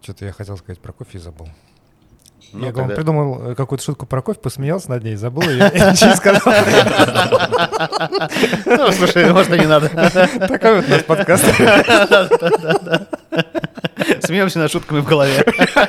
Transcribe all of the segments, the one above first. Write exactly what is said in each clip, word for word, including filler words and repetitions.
Что-то я хотел сказать про кофе и забыл. Ну, я когда... придумал какую-то шутку про кофе, посмеялся над ней, забыл ее, и ничего сказал. Ну, слушай, может, и не надо. Такой вот у нас подкаст. Смеемся над шутками в голове.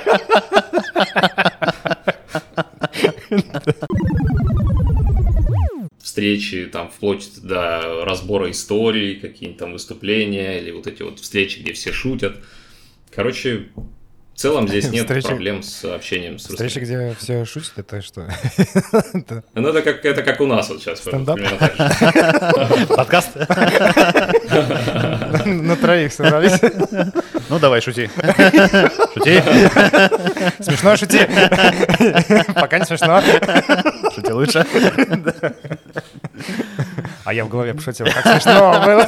Встречи, там, вплоть до разбора историй, какие-нибудь там выступления, или вот эти вот встречи, где все шутят. Короче, в целом здесь нет Встречи... проблем с общением с русскими. Встречи, где все шутят, это что? Ну, это как, это как у нас вот сейчас. Стендап? Подкаст? На троих собрались. Ну, давай, шути. Шути. Смешно, шути. Пока не смешно. Шути лучше. А я в голове пошутил. Как смешно было.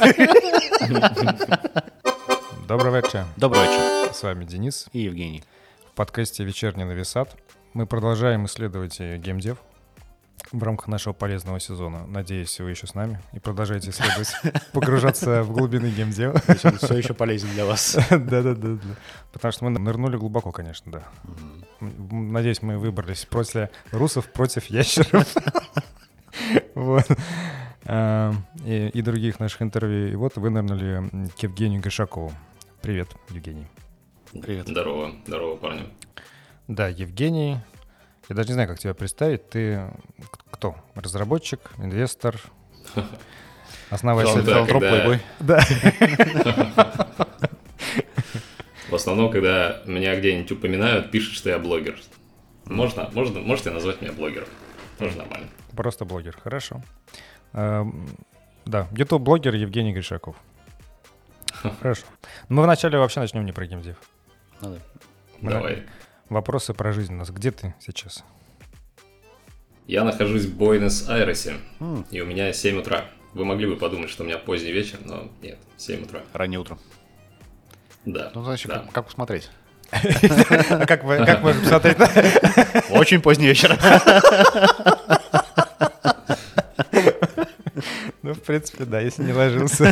Добрый вечер. Добрый вечер. С вами Денис и Евгений. В подкасте «Вечерний Нависат» мы продолжаем исследовать геймдев в рамках нашего полезного сезона. Надеюсь, вы еще с нами и продолжаете исследовать, погружаться в глубины геймдева. Все еще полезен для вас. Да-да-да. Потому что мы нырнули глубоко, конечно, да. Надеюсь, мы выбрались после русов против ящеров. Вот. И, и других наших интервью. И вот вынырнули к Евгению Гашакову. Привет, Евгений. Привет. Здорово, здорово, парни. Да, Евгений. Я даже не знаю, как тебя представить. Ты кто? Разработчик, инвестор, основатель. Филантроп, плейбой. Да. В основном, когда меня где-нибудь упоминают, пишут, что я блогер. Можно, можно, можете назвать меня блогером. Тоже нормально. Просто блогер, хорошо. Да, YouTube-блогер Евгений Гришаков. Хорошо. Мы вначале вообще начнем не про геймдев. Надо. Давай. Вопросы про жизнь у нас. Где ты сейчас? Я нахожусь в Буэнос-Айресе, Mm. и у меня семь утра. Вы могли бы подумать, что у меня поздний вечер, но нет, семь утра. Раннее утро. Да. Ну, значит, да. как, как посмотреть? А как можно посмотреть? Очень поздний вечер. Ну, в принципе, да, если не ложился.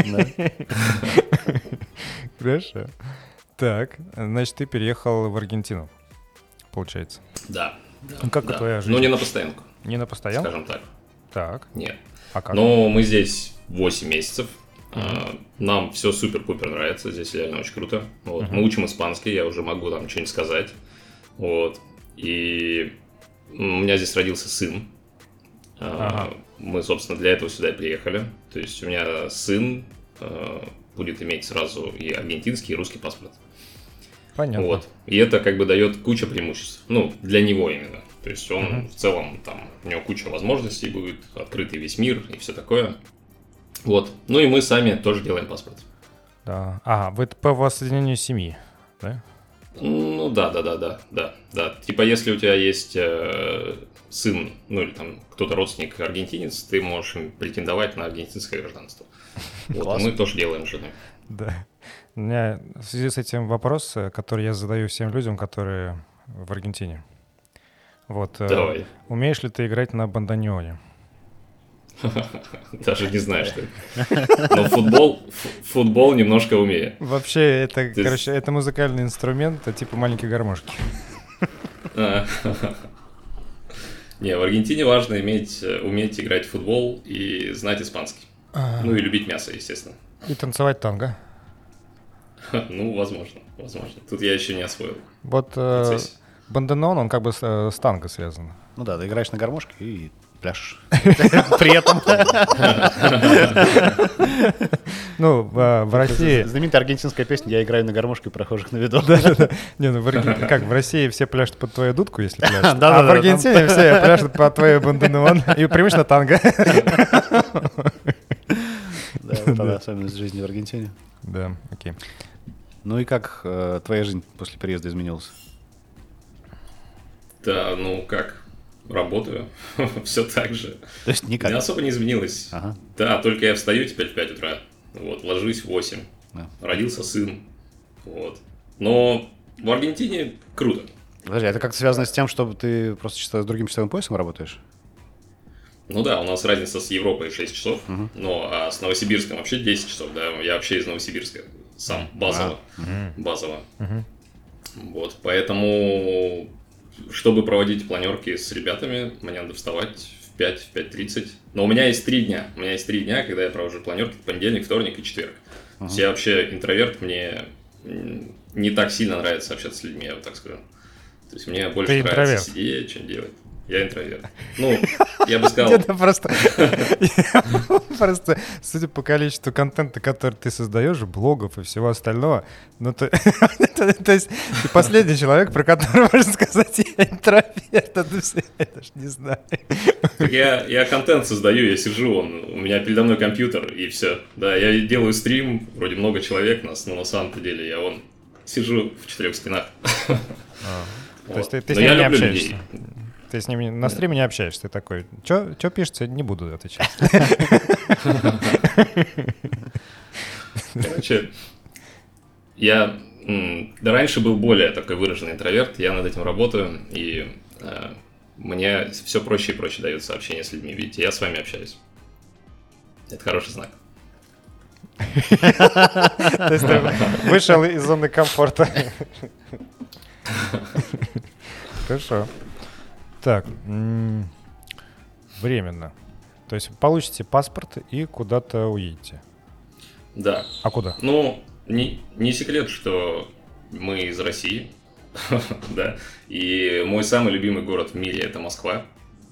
Хорошо. Так, значит, ты переехал в Аргентину, получается. Да. Ну, как да. твоя жизнь? Ну, не на постоянку. Не на постоянку? Скажем так. Так. Нет. А как? Но мы здесь восемь месяцев. Uh-huh. Нам все супер-пупер нравится. Здесь реально очень круто. Вот. Uh-huh. Мы учим испанский, я уже могу там что-нибудь сказать. Вот. И у меня здесь родился сын. Uh-huh. Мы, собственно, для этого сюда и приехали. То есть у меня сын будет иметь сразу и аргентинский, и русский паспорт. Понятно. Вот. И это как бы дает куча преимуществ. Ну, для него именно. То есть он Uh-huh. в целом, там, у него куча возможностей будет, открытый весь мир и все такое. Вот. Ну и мы сами тоже делаем паспорт. Да. А, вы по воссоединению семьи, да? Ну да, да, да, да, да, да. Типа, если у тебя есть э, сын, ну или там кто-то родственник аргентинец, ты можешь им претендовать на аргентинское гражданство. Вот, мы тоже делаем с женой. Да. У меня в связи с этим вопрос, который я задаю всем людям, которые в Аргентине. Вот. Давай. Умеешь ли ты играть на бандонеоне? Даже не знаю, что это. Но футбол, футбол немножко умею. Вообще, это, Ты... короче, это музыкальный инструмент, типа маленькие гармошки. Не, в Аргентине важно иметь, уметь играть в футбол и знать испанский. Ну и любить мясо, естественно. И танцевать танго. Ну, возможно, возможно. Тут я еще не освоил. Вот э, бандонеон, он как бы с, э, с танго связан. Ну да, ты играешь на гармошке и пляшешь. При этом. Ну, в России... Знаменитая аргентинская песня «Я играю на гармошке прохожих на виду». Да-да-да. Не, ну как, в России все пляшут под твою дудку, если пляшут. А в Аргентине все пляшут под твою бандонеон. И преимущественно танго. Да, вот она особенность жизни в Аргентине. Да, окей. Ну и как твоя жизнь после переезда изменилась? Да, ну как... Работаю, все так же. То есть никак? Не особо не изменилось. Ага. Да, только я встаю теперь в пять утра, вот, ложусь в восемь. Да. Родился сын, вот. Но в Аргентине круто. Подожди, это как-то связано с тем, что ты просто с другим часовым поясом работаешь? Ну да, у нас разница с Европой шесть часов, угу. но а с Новосибирском вообще десять часов, да, я вообще из Новосибирска, сам, базово, а. базово. Угу. Вот, поэтому, чтобы проводить планерки с ребятами, мне надо вставать в пять, в пять тридцать. Но у меня есть три дня. У меня есть три дня, когда я провожу планерки: понедельник, вторник и четверг. Uh-huh. Я вообще интроверт, мне не так сильно нравится общаться с людьми, я вот так скажу. То есть мне больше Ты нравится интроверт. сидеть, чем делать. Я интроверт. Ну, я бы сказал... Это просто... Просто, судя по количеству контента, который ты создаешь, блогов и всего остального, ну ты... То есть ты последний человек, про которого можно сказать: я интроверт. Я даже не знаю. Я, я контент создаю, я сижу, он, у меня передо мной компьютер, и все. Да, я делаю стрим, вроде много человек нас, но на самом-то деле я вон сижу в четырех стенах. То есть ты с ними не общаешься? Ты с ними на стриме не общаешься, ты такой: что пишется, не буду отвечать. Короче, я м, да, раньше был более такой выраженный интроверт, я над этим работаю, и э, мне все проще и проще дается общение с людьми. Видите, я с вами общаюсь. Это хороший знак. То есть ты вышел из зоны комфорта. Хорошо. Так, м- временно. То есть получите паспорт и куда-то уедете. Да. А куда? Ну, не, не секрет, что мы из России, да, и мой самый любимый город в мире — это Москва.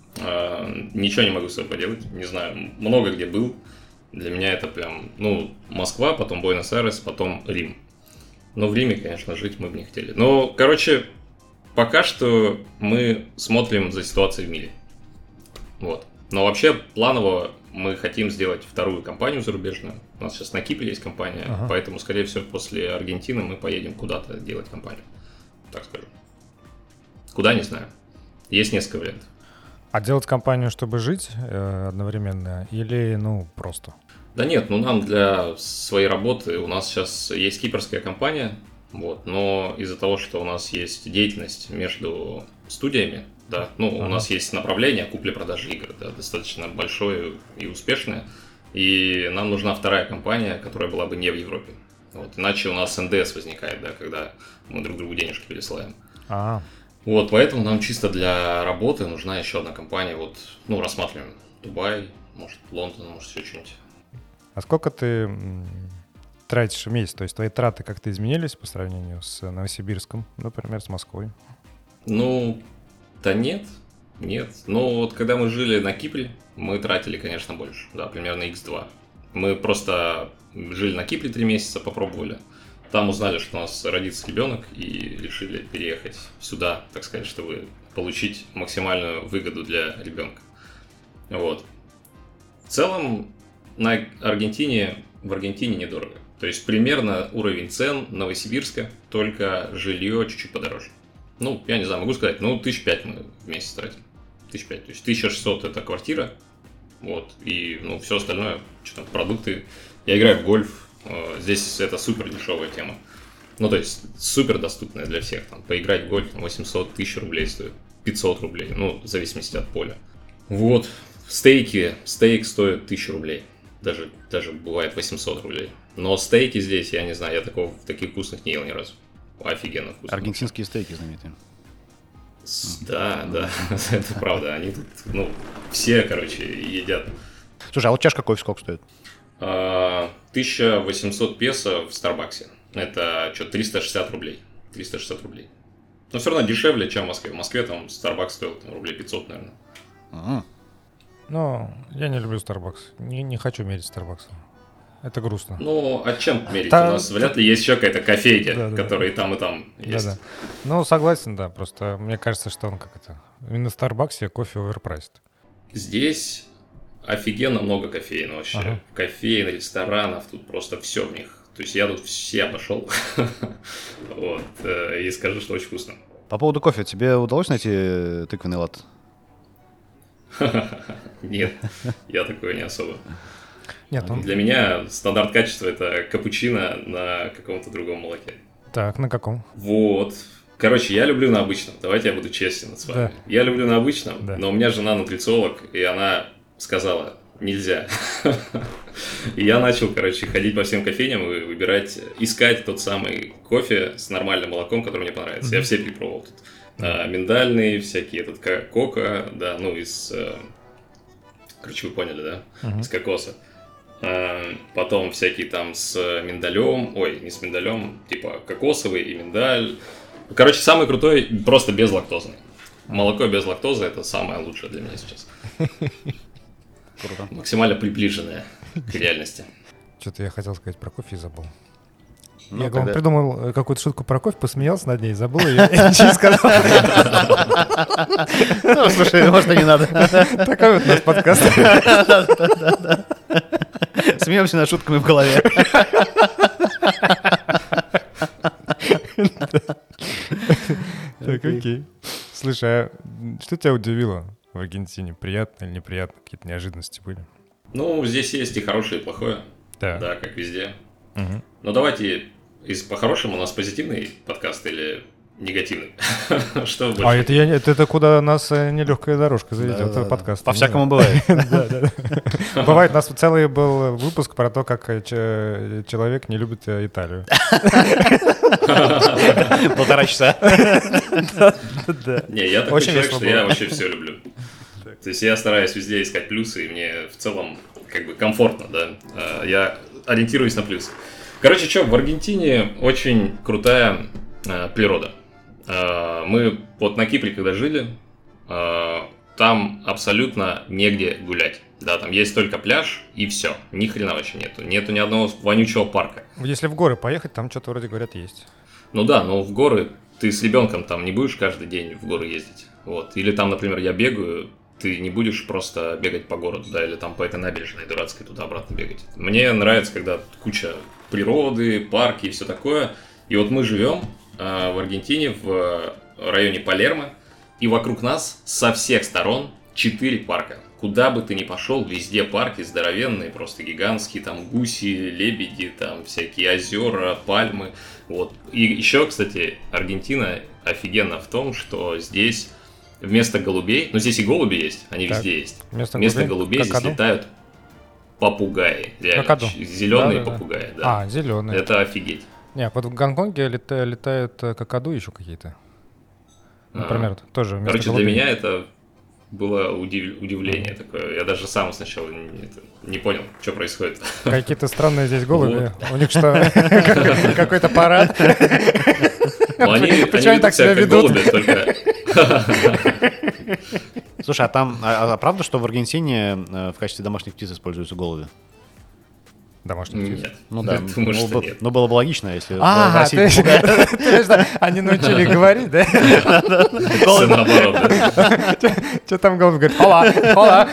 А, ничего не могу с собой поделать, не знаю, много где был. Для меня это прям, ну, Москва, потом Буэнос-Айрес, потом Рим. Но в Риме, конечно, жить мы бы не хотели. Но, короче, пока что мы смотрим за ситуацией в мире. Вот. Но вообще планово мы хотим сделать вторую компанию зарубежную. У нас сейчас на Кипре есть компания, ага. Поэтому, скорее всего, после Аргентины мы поедем куда-то делать компанию. Так скажу. Куда, не знаю. Есть несколько вариантов. А делать компанию, чтобы жить э, одновременно, или, ну, просто? Да нет, ну нам для своей работы, у нас сейчас есть кипрская компания, вот, но из-за того, что у нас есть деятельность между студиями, да, ну, ага. У нас есть направление купли-продажи игр, да, достаточно большое и успешное, и нам нужна вторая компания, которая была бы не в Европе. Вот, иначе у нас эн дэ эс возникает, да, когда мы друг другу денежки пересылаем. А. Вот, поэтому нам чисто для работы нужна еще одна компания, вот, ну, рассматриваем Дубай, может, Лондон, может, еще что-нибудь. А сколько ты м, тратишь в месяц? То есть твои траты как-то изменились по сравнению с Новосибирском, например, с Москвой? Ну, да нет, нет. Но вот когда мы жили на Кипре, мы тратили, конечно, больше, да, примерно икс два. Мы просто жили на Кипре три месяца, попробовали. Там узнали, что у нас родится ребенок, и решили переехать сюда, так сказать, чтобы получить максимальную выгоду для ребенка. Вот. В целом, на Аргентине, в Аргентине недорого. То есть примерно уровень цен Новосибирска, только жилье чуть-чуть подороже. Ну, я не знаю, могу сказать, ну, тысяч пять мы в месяц тратим. Тысяч пять. То есть тысяча шестьсот это квартира. Вот. И, ну, все остальное, что там, продукты. Я играю в гольф. Здесь это супер дешевая тема. Ну, то есть супер доступная для всех. Там, поиграть в гольф восемьсот тысяч рублей стоит. пятьсот рублей. Ну, в зависимости от поля. Вот. Стейки. Стейк стоит тысячу рублей. Даже, даже бывает восемьсот рублей. Но стейки здесь, я не знаю, я такого, таких вкусных не ел ни разу. Офигенно вкусно. Аргентинские стейки знаменитые. Да, да, это правда. Они тут, ну, все, короче, едят. Слушай, а вот чашка кофе сколько стоит? тысяча восемьсот песо в Старбаксе. Это что, триста шестьдесят рублей. триста шестьдесят рублей. Но все равно дешевле, чем в Москве. В Москве там Starbucks стоил там, рублей пятьсот, наверное. А-а. Ну, я не люблю Starbucks. Не, не хочу мерить Starbucks. Это грустно. Ну, а чем мерить? Та... У нас вряд ли есть еще какая-то кофейня, да, да, которая и там, и там есть. Да, да. Ну, согласен, да. Просто мне кажется, что он как это... Именно в Starbucks кофе оверпрайсд. Здесь офигенно много кофеин вообще. Ага. Кофеин, ресторанов, тут просто все в них. То есть я тут все обошел. Вот. И скажу, что очень вкусно. По поводу кофе, тебе удалось найти тыквенный латте? Нет, я такое не особо. Нет, он... Для меня стандарт качества — это капучино на каком-то другом молоке. Так, на каком? Вот. Короче, я люблю на обычном. Давайте я буду честен с вами. Да. Я люблю на обычном, да. но у меня жена нутрициолог, и она сказала: нельзя. И я начал, короче, ходить по всем кофейням и выбирать, искать тот самый кофе с нормальным молоком, который мне понравится. Я все перепробовал тут. А, миндальные, всякие, этот кока, да, ну, из... Короче, вы поняли, да? Uh-huh. Из кокоса. А, потом всякие там с миндалем, ой, не с миндалем, типа кокосовый и миндаль. Короче, самый крутой, просто безлактозный. Молоко без лактозы – это самое лучшее для меня сейчас. Круто. Максимально приближенное к реальности. Что-то я хотел сказать про кофе и забыл. Ну, я тогда... придумал какую-то шутку про кофе, посмеялся над ней, забыл ее и ничего не сказал. Ну, слушай, может, и не надо. Такой вот наш подкаст. Смеемся над шутками в голове. Так, окей. Слушай, а что тебя удивило в Аргентине? Приятно или неприятно? Какие-то неожиданности были? Ну, здесь есть и хорошее, и плохое. Да. Да, как везде. Угу. Но давайте, из по-хорошему у нас позитивный подкаст или негативный? Что больше? А это, я, это, это куда нас нелегкая дорожка заведет, да, подкаст. По-всякому бывает. Бывает, у нас целый был выпуск про то, как человек не любит Италию. Полтора часа. Не, я такой человек, что я вообще все люблю. То есть я стараюсь везде искать плюсы, и мне в целом как бы комфортно, да. Я ориентируюсь на плюсы. Короче, что, в Аргентине очень крутая природа. Мы вот на Кипре, когда жили, там абсолютно негде гулять. Да, там есть только пляж и все. Ни хрена вообще нету. Нету ни одного вонючего парка. Если в горы поехать, там что-то вроде говорят есть. Ну да, но в горы ты с ребенком там не будешь каждый день в горы ездить. Вот. Или там, например, я бегаю, ты не будешь просто бегать по городу, да, или там по этой набережной дурацкой туда-обратно бегать. Мне нравится, когда куча природы, парки и все такое. И вот мы живем э, в Аргентине, в районе Палермо, и вокруг нас со всех сторон четыре парка. Куда бы ты ни пошел, везде парки здоровенные, просто гигантские, там гуси, лебеди, там всякие озера, пальмы. Вот. И еще, кстати, Аргентина офигенно в том, что здесь вместо голубей, ну здесь и голуби есть, они так, везде есть. Вместо, вместо голубей, голубей здесь летают попугаи, реально, зеленые да, да, попугаи. Да. А, зеленые. Это офигеть. Не, вот в Гонконге летают, летают какаду еще какие-то. Например, а, тоже вместо короче, голубей. Для меня это было удив... удивление такое. Я даже сам сначала не, не понял, что происходит. Какие-то странные здесь голуби. У них что, какой-то парад? Почему они так себя ведут? Слушай, а там, а, а правда, что в Аргентине в качестве домашних птиц используются голуби? Домашних птиц? Нет. Ну да, думаю, ну, что было, нет. ну было бы логично, если а, в России попугай. Они научили говорить, да? Все наоборот, да. Что там голубь говорит? Хола, хола.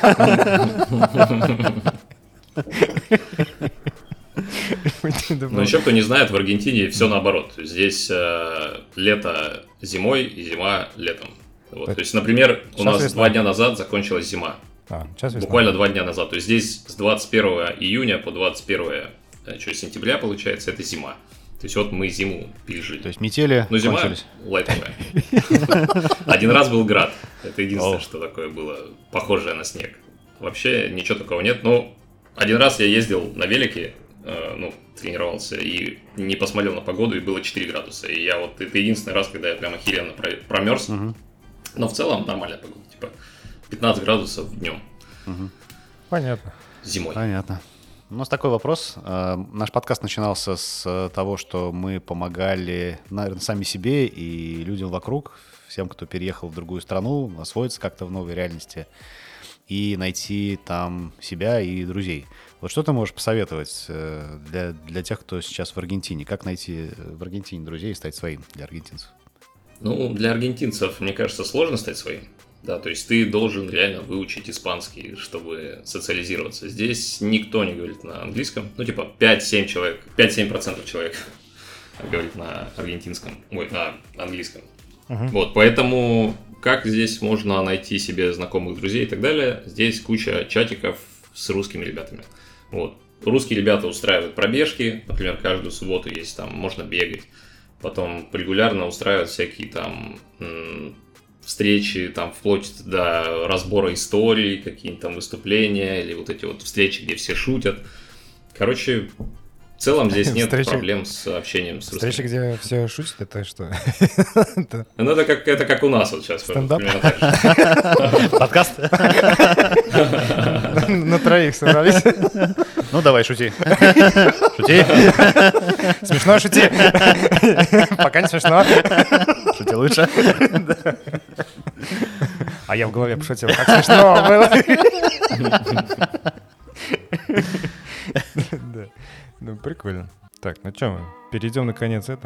Но еще кто не знает, в Аргентине все наоборот. Здесь э, лето зимой и зима летом. Вот. То есть, например, у нас весна. два дня назад закончилась зима. А, Буквально два дня назад. То есть здесь с двадцать первого июня по двадцать первое что, сентября, получается, это зима. То есть вот мы зиму пережили. То есть метели Но зима кончились. лайтовая. Один раз был град. Это единственное, что такое было похожее на снег. Вообще ничего такого нет. Но один раз я ездил на велике, ну, тренировался и не посмотрел на погоду, и было четыре градуса. И я вот, это единственный раз, когда я прям охеренно промерз. Угу. Но в целом нормальная погода, типа пятнадцать градусов днем. Угу. Понятно. Зимой. Понятно. У нас такой вопрос. Наш подкаст начинался с того, что мы помогали, наверное, сами себе и людям вокруг, всем, кто переехал в другую страну, освоиться как-то в новой реальности и найти там себя и друзей. Вот что ты можешь посоветовать для, для тех, кто сейчас в Аргентине? Как найти в Аргентине друзей и стать своим для аргентинцев? Ну, для аргентинцев, мне кажется, сложно стать своим. Да, то есть ты должен реально выучить испанский, чтобы социализироваться. Здесь никто не говорит на английском. Ну, типа пять-семь человек, пять-семь процентов человек говорит на аргентинском, ой, на английском. Uh-huh. Вот, поэтому как здесь можно найти себе знакомых друзей и так далее? Здесь куча чатиков с русскими ребятами. Вот. Русские ребята устраивают пробежки, например, каждую субботу есть там, можно бегать. Потом регулярно устраивают всякие там м- встречи, там, вплоть до разбора историй, какие-нибудь там выступления, или вот эти вот встречи, где все шутят. Короче, в целом здесь нет Встречи- проблем с общением с русскими. Встреча, где все шутят, это что? Ну, это как, это как у нас вот сейчас. Стендап? примерно так же. Подкаст? На троих собрались. Ну, давай, шути. Шути. Смешно шути. Пока не смешно. Шути лучше. А я в голове пошутил. Как смешно было. Да. Ну, прикольно. Так, ну что мы? Перейдем наконец это.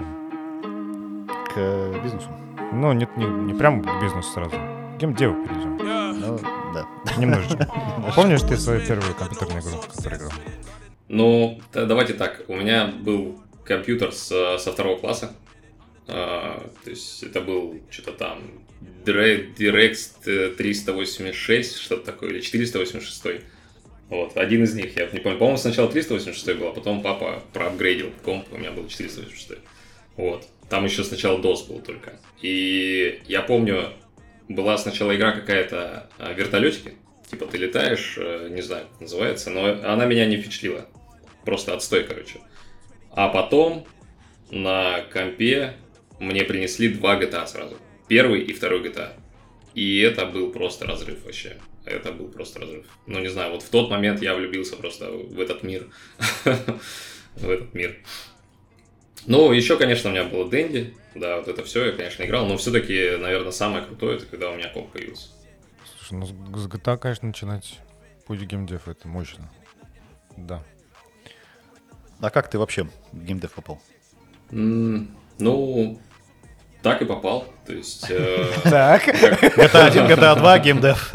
К бизнесу. Ну, нет, не, не прям к бизнесу сразу. К геймдеву перейдем. Ну, да. Немножечко. Помнишь ты свою первую компьютерную игру, в которую играл? Ну, т- давайте так. У меня был компьютер с- со второго класса. А, то есть это был что-то там Dre- DirectX триста восемьдесят шесть, что-то такое, или четыреста восемьдесят шесть. Вот, один из них, я не помню. По-моему, сначала триста восемьдесят шесть был, а потом папа проапгрейдил комп, у меня был четыреста восемьдесят шесть. Вот. Там еще сначала дос был только. И я помню, была сначала игра какая-то а, вертолетики. Типа ты летаешь, э, не знаю, как называется, но она меня не впечатлила. Просто отстой, короче. А потом на компе мне принесли два джи ти эй сразу. Первый и второй джи ти эй. И это был просто разрыв вообще. Это был просто разрыв. Ну, не знаю, вот в тот момент я влюбился просто в этот мир. В этот мир. Ну, еще, конечно, у меня было Дэнди. Да, вот это все я, конечно, играл. Но все-таки, наверное, самое крутое, это когда у меня комп появился. Слушай, ну с с джи ти эй, конечно, начинать путь в геймдев, это мощно. Да. А как ты вообще в геймдев попал? М, Ну, так и попал. То есть... э, Так. джи ти эй один, джи ти эй два, геймдев.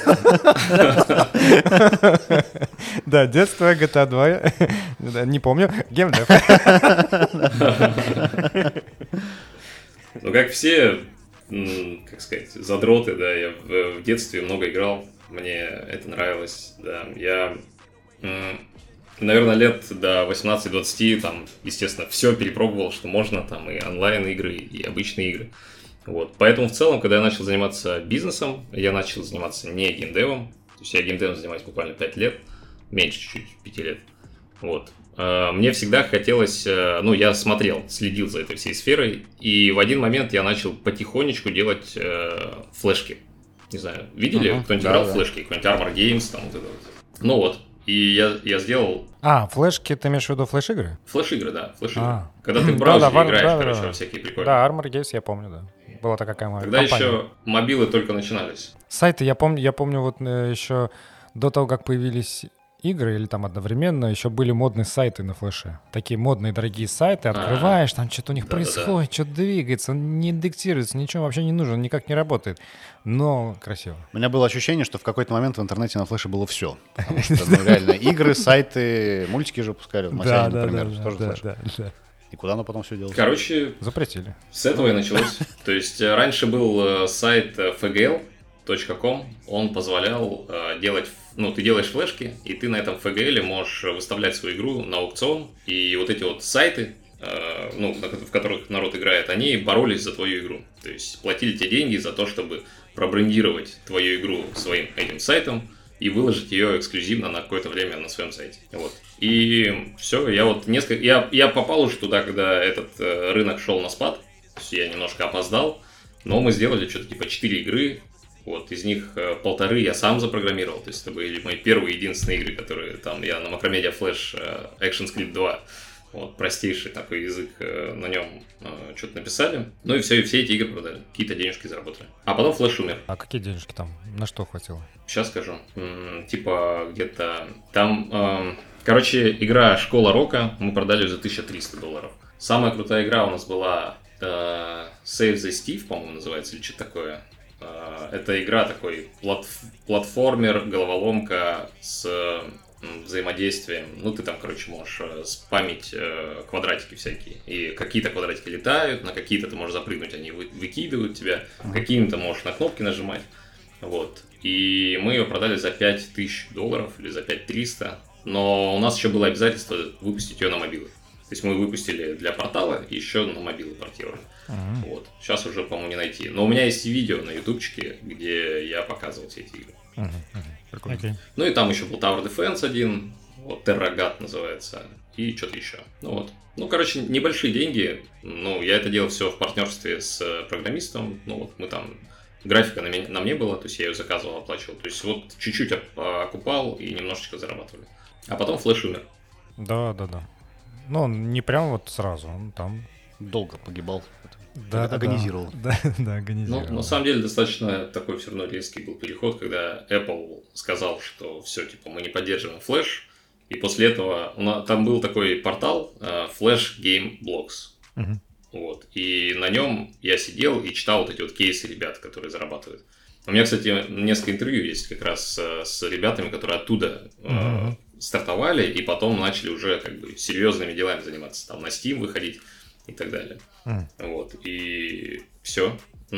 Да, детство, джи ти эй два. Да, не помню. Геймдев. Ну, как все, м, как сказать, задроты, да, я в, в детстве много играл, мне это нравилось, да, я, м, наверное, лет до восемнадцати-двадцати, там, естественно, все перепробовал, что можно, там, и онлайн-игры, и обычные игры, вот, поэтому в целом, когда я начал заниматься бизнесом, я начал заниматься не геймдевом, то есть я геймдевом занимаюсь буквально пять лет, меньше чуть-чуть, пяти лет, вот. Мне всегда хотелось, ну, я смотрел, следил за этой всей сферой, и в один момент я начал потихонечку делать э, флешки. Не знаю, видели, Ага, кто-нибудь да, играл да. в флешки, какой-нибудь Armor Games, там вот это вот. Ну вот, и я, я сделал А, флешки, ты имеешь в виду флеш-игры? флеш-игры, да, флеш-игры. А. Когда ты в Да, браузере да, играешь, да, да, короче, да. во всякие прикольные. Да, Armor Games я помню, да. Была такая компания. Тогда еще мобилы только начинались. Сайты, я помню, я помню вот э, еще до того, как появились игры, или там одновременно, еще были модные сайты на флеше. Такие модные дорогие сайты, открываешь, там что-то у них Да-да-да. происходит, что-то двигается, он не индексируется, ничего вообще не нужно, никак не работает. Но красиво. У меня было ощущение, что в какой-то момент в интернете на флеше было все. Потому что, ну, реально, игры, сайты, мультики же пускали. В Масяне, например, тоже флеш. да, да. И куда оно потом все делалось? Короче, Запретили. с этого и началось. То есть э, раньше был э, сайт эф джи эл точка ком, он позволял э, делать, ну, ты делаешь флешки, и ты на этом эф джи эл можешь выставлять свою игру на аукцион, и вот эти вот сайты, э, ну, на- в которых народ играет, они боролись за твою игру. То есть платили тебе деньги за то, чтобы пробрендировать твою игру своим этим сайтом и выложить ее эксклюзивно на какое-то время на своем сайте. Вот. И все, я вот несколько... Я, я попал уже туда, когда этот э, рынок шел на спад, то есть я немножко опоздал, но мы сделали что-то типа четыре игры, вот, из них э, полторы я сам запрограммировал, то есть это были мои первые единственные игры, которые там я на Macromedia Flash э, ActionScript два, вот, простейший такой язык, э, на нем э, что-то написали, ну и все, и все эти игры продали, какие-то денежки заработали. А потом Flash умер. А какие денежки там? На что хватило? Сейчас скажу. М, Типа где-то там... эм, Короче, игра «Школа рока» мы продали за тысячу триста долларов. Самая крутая игра у нас была э, Save the Steve, по-моему, называется, или что-то такое. Э, Это игра такой платф- платформер, головоломка с м, взаимодействием. Ну, ты там, короче, можешь э, спамить э, квадратики всякие. И какие-то квадратики летают, на какие-то ты можешь запрыгнуть, они вы- выкидывают тебя. Какими-то можешь на кнопки нажимать. Вот. И мы ее продали за пять тысяч долларов или за пять тысяч триста. Но у нас еще было обязательство выпустить ее на мобилы. То есть мы выпустили для портала и еще на мобилы портировали. Uh-huh. Вот. Сейчас уже, по-моему, не найти. Но у меня есть видео на ютубчике, где я показывал все эти игры. Uh-huh. Uh-huh. Okay. Ну и там еще был Tower Defense один, вот Terragat называется, и что-то еще. Ну вот. Ну, короче, небольшие деньги. Ну, я это делал все в партнерстве с программистом. Ну вот мы там... Графика на, меня, на мне была, то есть я ее заказывал, оплачивал. То есть вот чуть-чуть окупал и немножечко зарабатывали. А потом Флэш умер. Да, да, да. Ну, он не прям вот сразу, он там... Долго погибал. Да, да, агонизировал. Да, да, агонизировал. Ну, на самом деле, достаточно такой все равно резкий был переход, когда Apple сказал, что все, типа, мы не поддерживаем Flash. И после этого там был такой портал Flash Game Blogs. Угу. Вот. И на нем я сидел и читал вот эти вот кейсы ребят, которые зарабатывают. У меня, кстати, несколько интервью есть как раз с ребятами, которые оттуда uh-huh. э, стартовали и потом начали уже как бы серьезными делами заниматься. Там на Steam выходить и так далее. Uh-huh. Вот. И все.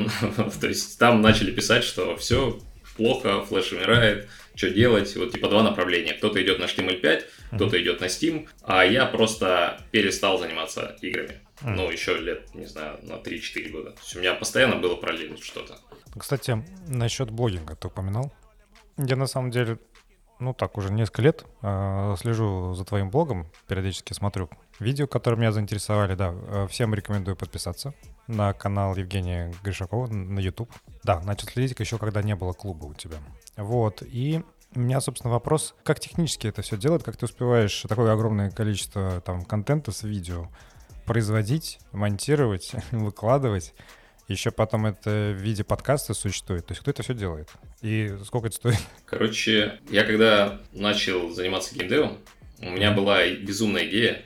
То есть там начали писать, что все плохо, Flash умирает, что делать. Вот типа два направления. Кто-то идет на эйч ти эм эль пять, uh-huh. кто-то идет на Steam, а я просто перестал заниматься играми. Mm. Ну, еще лет, не знаю, на три-четыре года. То есть у меня постоянно было параллельно что-то. Кстати, насчет блогинга ты упоминал. Я на самом деле, ну так, уже несколько лет э, слежу за твоим блогом, периодически смотрю видео, которые меня заинтересовали. Да, э, всем рекомендую подписаться на канал Евгения Гришакова на YouTube. Да, начал следить еще, когда не было клуба у тебя. Вот, и... У меня, собственно, вопрос, как технически это все делать, как ты успеваешь такое огромное количество там контента с видео производить, монтировать, выкладывать, еще потом это в виде подкаста существует. То есть кто это все делает? И сколько это стоит? Короче, я когда начал заниматься геймдевом, у меня была безумная идея.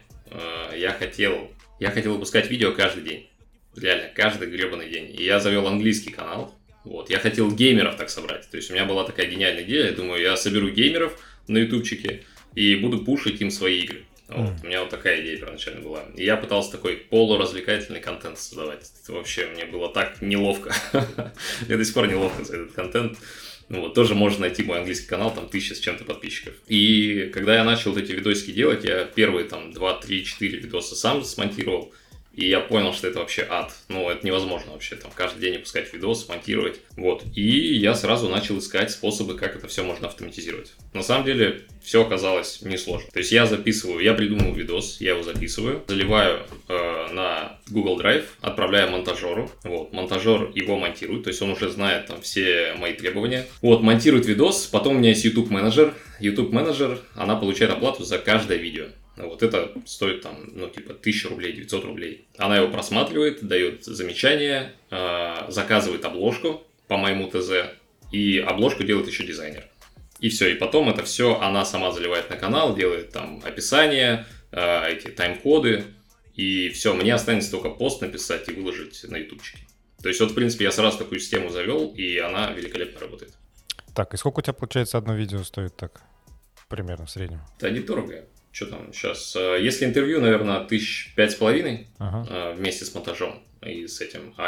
Я хотел, я хотел выпускать видео каждый день. Реально, каждый гребаный день. И я завел английский канал. Вот. Я хотел геймеров так собрать. То есть у меня была такая гениальная идея. Я думаю, я соберу геймеров на ютубчике и буду пушить им свои игры. Вот. Mm. У меня вот такая идея первоначально была. И я пытался такой полуразвлекательный контент создавать. Это вообще мне было так неловко. Мне до сих пор неловко за этот контент. Ну, вот, тоже можно найти мой английский канал, там тысяча с чем-то подписчиков. И когда я начал вот эти видосики делать, я первые там два, три, четыре видоса сам смонтировал. И я понял, что это вообще ад. Ну, это невозможно вообще, там, каждый день выпускать видос, монтировать. Вот. И я сразу начал искать способы, как это все можно автоматизировать. На самом деле, все оказалось несложно. То есть я записываю, я придумываю видос, я его записываю, заливаю э, на Google Drive, отправляю монтажеру. Вот. Монтажер его монтирует, то есть он уже знает там все мои требования. Вот, монтирует видос, потом у меня есть YouTube менеджер. YouTube менеджер, она получает оплату за каждое видео. Вот это стоит там, ну, типа, тысяча рублей, девятьсот рублей. Она его просматривает, дает замечания, э, заказывает обложку по моему ТЗ, и обложку делает еще дизайнер. И все, и потом это все она сама заливает на канал, делает там описание, э, эти тайм-коды, и все, мне останется только пост написать и выложить на ютубчике. То есть вот, в принципе, я сразу такую систему завел, и она великолепно работает. Так, и сколько у тебя, получается, одно видео стоит так, примерно в среднем? Да недорого. Что там сейчас? Если интервью, наверное, тысяч пять с половиной ага. вместе с монтажом и с этим. А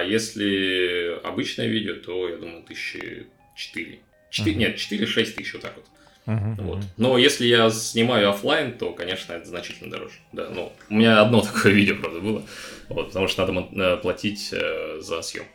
если обычное видео, то, я думаю, тысячи четыре. четыре ага. Нет, четыре-шесть тысяч, вот так вот. Ага. Вот. Но если я снимаю офлайн, то, конечно, это значительно дороже. Да, ну, у меня одно такое видео, правда, было. Вот, потому что надо платить за съемку.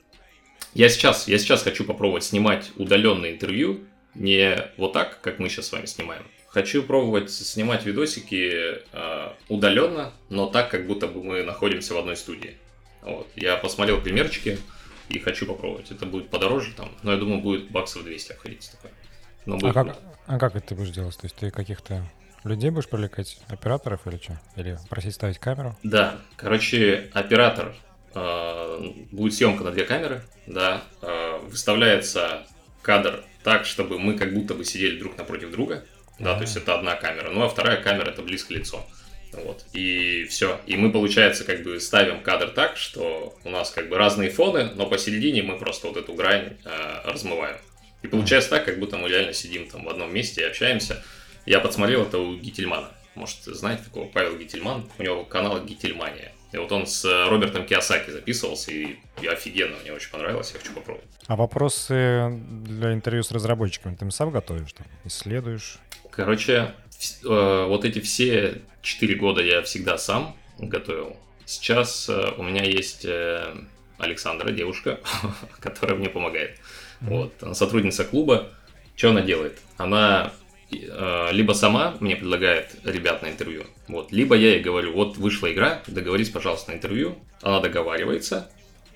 Я сейчас, я сейчас хочу попробовать снимать удаленное интервью. Не вот так, как мы сейчас с вами снимаем. Хочу пробовать снимать видосики э, удаленно, но так, как будто бы мы находимся в одной студии. Вот. Я посмотрел примерчики и хочу попробовать. Это будет подороже там, но я думаю, будет баксов двести обходиться такое. Но будет а, как, а как это ты будешь делать? То есть ты каких-то людей будешь привлекать, операторов или что? Или просить ставить камеру? Да, короче, оператор, э, будет съемка на две камеры, да, э, выставляется кадр так, чтобы мы как будто бы сидели друг напротив друга. Да, то есть это одна камера. Ну, а вторая камера — это близко лицо. Вот. И все. И мы, получается, как бы ставим кадр так, что у нас как бы разные фоны, но посередине мы просто вот эту грань э, размываем. И получается так, как будто мы реально сидим там в одном месте и общаемся. Я подсмотрел это у Гительмана. Может, знаете такого? Павел Гительман. У него канал Гительмания. И вот он с Робертом Кийосаки записывался, и, и офигенно, мне очень понравилось, я хочу попробовать. А вопросы для интервью с разработчиками ты сам готовишь, там, исследуешь? Короче, вот эти все четыре года я всегда сам готовил. Сейчас у меня есть Александра, девушка, которая мне помогает. Mm-hmm. Вот. Она сотрудница клуба. Что она делает? Она либо сама мне предлагает ребят на интервью, вот, либо я ей говорю, вот вышла игра, договорись, пожалуйста, на интервью. Она договаривается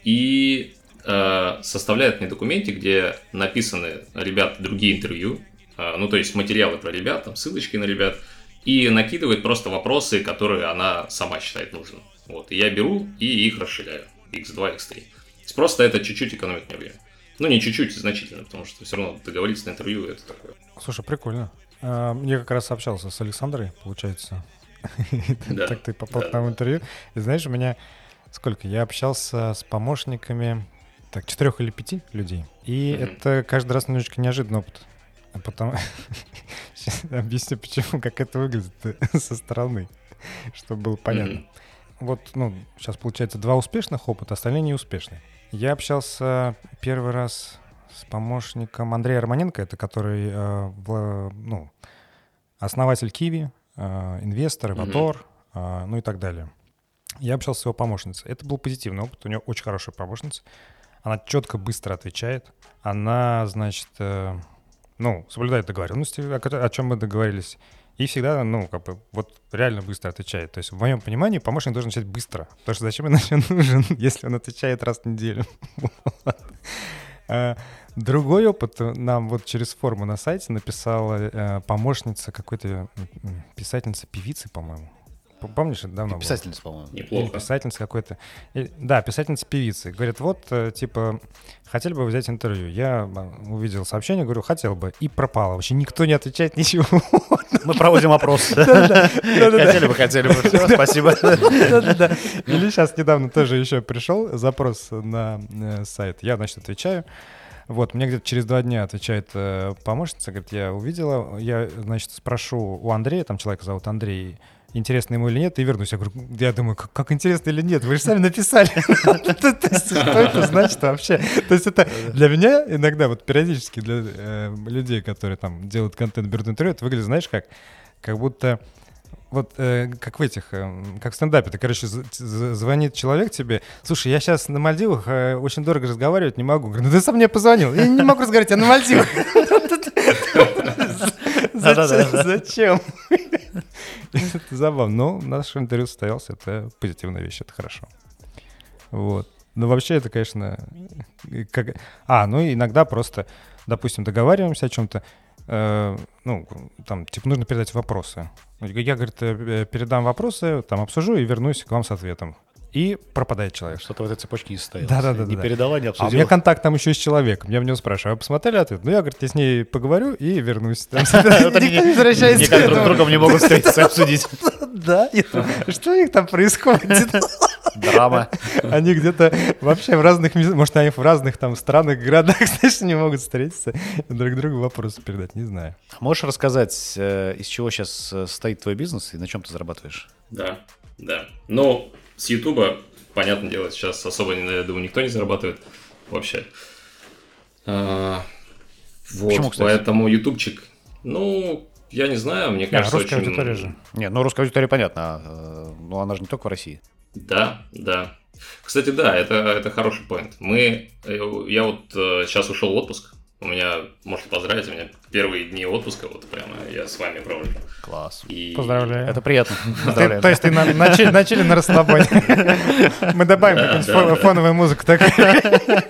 и э, составляет мне документы, где написаны ребят другие интервью, э, ну то есть материалы про ребят, там ссылочки на ребят, и накидывает просто вопросы, которые она сама считает нужным. Вот, и я беру и их расширяю, икс два, икс три. Просто это чуть-чуть экономит мне время. Ну, не чуть-чуть, значительно, потому что все равно договориться на интервью — это такое. Слушай, прикольно. Я как раз общался с Александрой, получается. Да, так ты попал да, к нам в да. интервью. И знаешь, у меня сколько? Я общался с помощниками, так, четырех или пяти людей. И Мгм. это каждый раз немножечко неожиданный опыт. А потом... Сейчас объясню, почему, как это выглядит со стороны, чтобы было понятно. Мгм. Вот, ну, сейчас получается два успешных опыта, остальные неуспешные. Я общался первый раз с помощником Андрея Романенко, это который, э, в- ну, основатель Kiwi, э, инвестор, Мгм. Эватор, э, ну и так далее. Я общался с его помощницей. Это был позитивный опыт, у нее очень хорошая помощница. Она четко, быстро отвечает. Она, значит, э, ну, соблюдает договоренности, о, ко- о чем мы договорились. И всегда, ну, как бы, вот реально быстро отвечает. То есть, в моем понимании, помощник должен отвечать быстро. Потому что зачем иначе он нужен, если он отвечает раз в неделю? Вот. А, Другой опыт нам вот через форму на сайте написала э, помощница какой-то м, писательницы, певицы, по-моему. П- Помнишь, это давно было? Писательница, по-моему. Или Неплохо. писательница какой-то. И- Да, писательница певицы. Говорит, вот, э, типа, хотели бы взять интервью. Я а, увидел сообщение, говорю, хотел бы. И пропало. Вообще никто не отвечает ничего. Мы проводим опрос. Да-да-да. Хотели бы, хотели бы. Всё, спасибо. Да-да-да. Или сейчас недавно тоже еще пришел запрос на э, сайт. Я, значит, отвечаю. Вот, мне где-то через два дня отвечает э, помощница, говорит, я увидела, я, значит, спрошу у Андрея, там человека зовут Андрей, интересно ему или нет, и вернусь. Я говорю, я думаю, как, как интересно или нет, вы же сами написали. То есть, что это значит вообще? То есть это для меня иногда, вот периодически для э, людей, которые там делают контент, берут интервью, это выглядит, знаешь, как, как будто вот э, как в этих, э, как в стендапе, ты, короче, з- з- звонит человек тебе, слушай, я сейчас на Мальдивах, э, очень дорого разговаривать не могу. Говорю, ну ты сам мне позвонил, я не могу разговаривать, я на Мальдивах. Да-да-да. Зачем? Это забавно. Но наше интервью состоялся, это позитивная вещь, это хорошо. Вот. Ну, вообще, это, конечно, как... А, ну, иногда просто, допустим, договариваемся о чем-то, э, ну, там, типа, нужно передать вопросы. Я, говорит, э, передам вопросы, там, обсужу и вернусь к вам с ответом. И пропадает человек. Что-то в этой цепочке не состоялось. Да-да-да. Не передала, не А у меня обсудила. контакт там еще с человеком. Я в него спрашиваю, а вы посмотрели ответ? Ну, я, говорит, я с ней поговорю и вернусь. Там Вот они никто не возвращается. никак друг с другом не могут встретиться и обсудить. Да, я думаю, что у них там происходит? Драма. Они где-то вообще в разных местах, может, они в разных там странах, городах, знаешь, не могут встретиться и друг другу вопросы передать, не знаю. Можешь рассказать, э, из чего сейчас состоит твой бизнес и на чем ты зарабатываешь? Да, да. Ну, с Ютуба, понятное дело, сейчас особо, я думаю, никто не зарабатывает вообще. А, вот, Почему, кстати? поэтому ютубчик, ну, я не знаю, мне Да, кажется, русская очень... аудитория же. Не, ну русская аудитория понятно, а, э, но она же не только в России. Да, да. Кстати, да, это, это хороший поинт. Мы, э, я вот э, сейчас ушел в отпуск. У меня, можете поздравить, у меня первые дни отпуска, вот прямо я с вами провожу. Класс. И... Поздравляю. Это приятно. Ты- Поздравляем. то есть ты на- начали, начали на расслабоне. Мы добавим Да, какую-нибудь да, фо- да. фоновую музыку такую.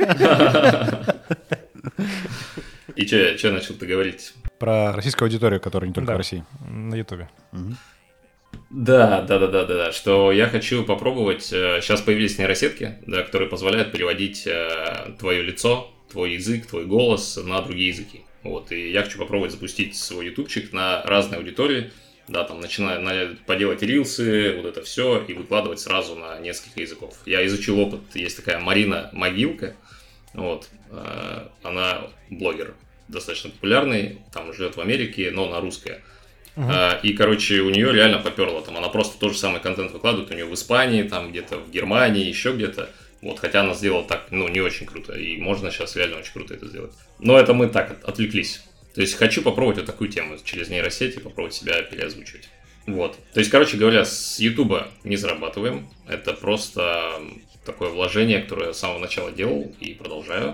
И что я начал-то говорить? Про российскую аудиторию, которая не только Да. в России. На Ютубе. Мгм. Да, да, да, да, да, да, что я хочу попробовать. Сейчас появились нейросетки, да, которые позволяют переводить э, твое лицо, твой язык, твой голос на другие языки. Вот, и я хочу попробовать запустить свой ютубчик на разные аудитории, да, там, начиная на, поделать рилсы, вот это все, и выкладывать сразу на несколько языков. Я изучил опыт, есть такая Марина Могилка, вот, э, она блогер, достаточно популярный, там живет в Америке, но она русская. А, и, короче, у нее реально поперло. Там она просто тот же самый контент выкладывает у нее в Испании, там где-то в Германии, еще где-то. Вот, хотя она сделала так, ну, не очень круто. И можно сейчас реально очень круто это сделать. Но это мы так от- отвлеклись. То есть хочу попробовать вот такую тему через нейросети, попробовать себя переозвучивать. Вот. То есть, короче говоря, с Ютуба не зарабатываем. Это просто такое вложение, которое я с самого начала делал и продолжаю.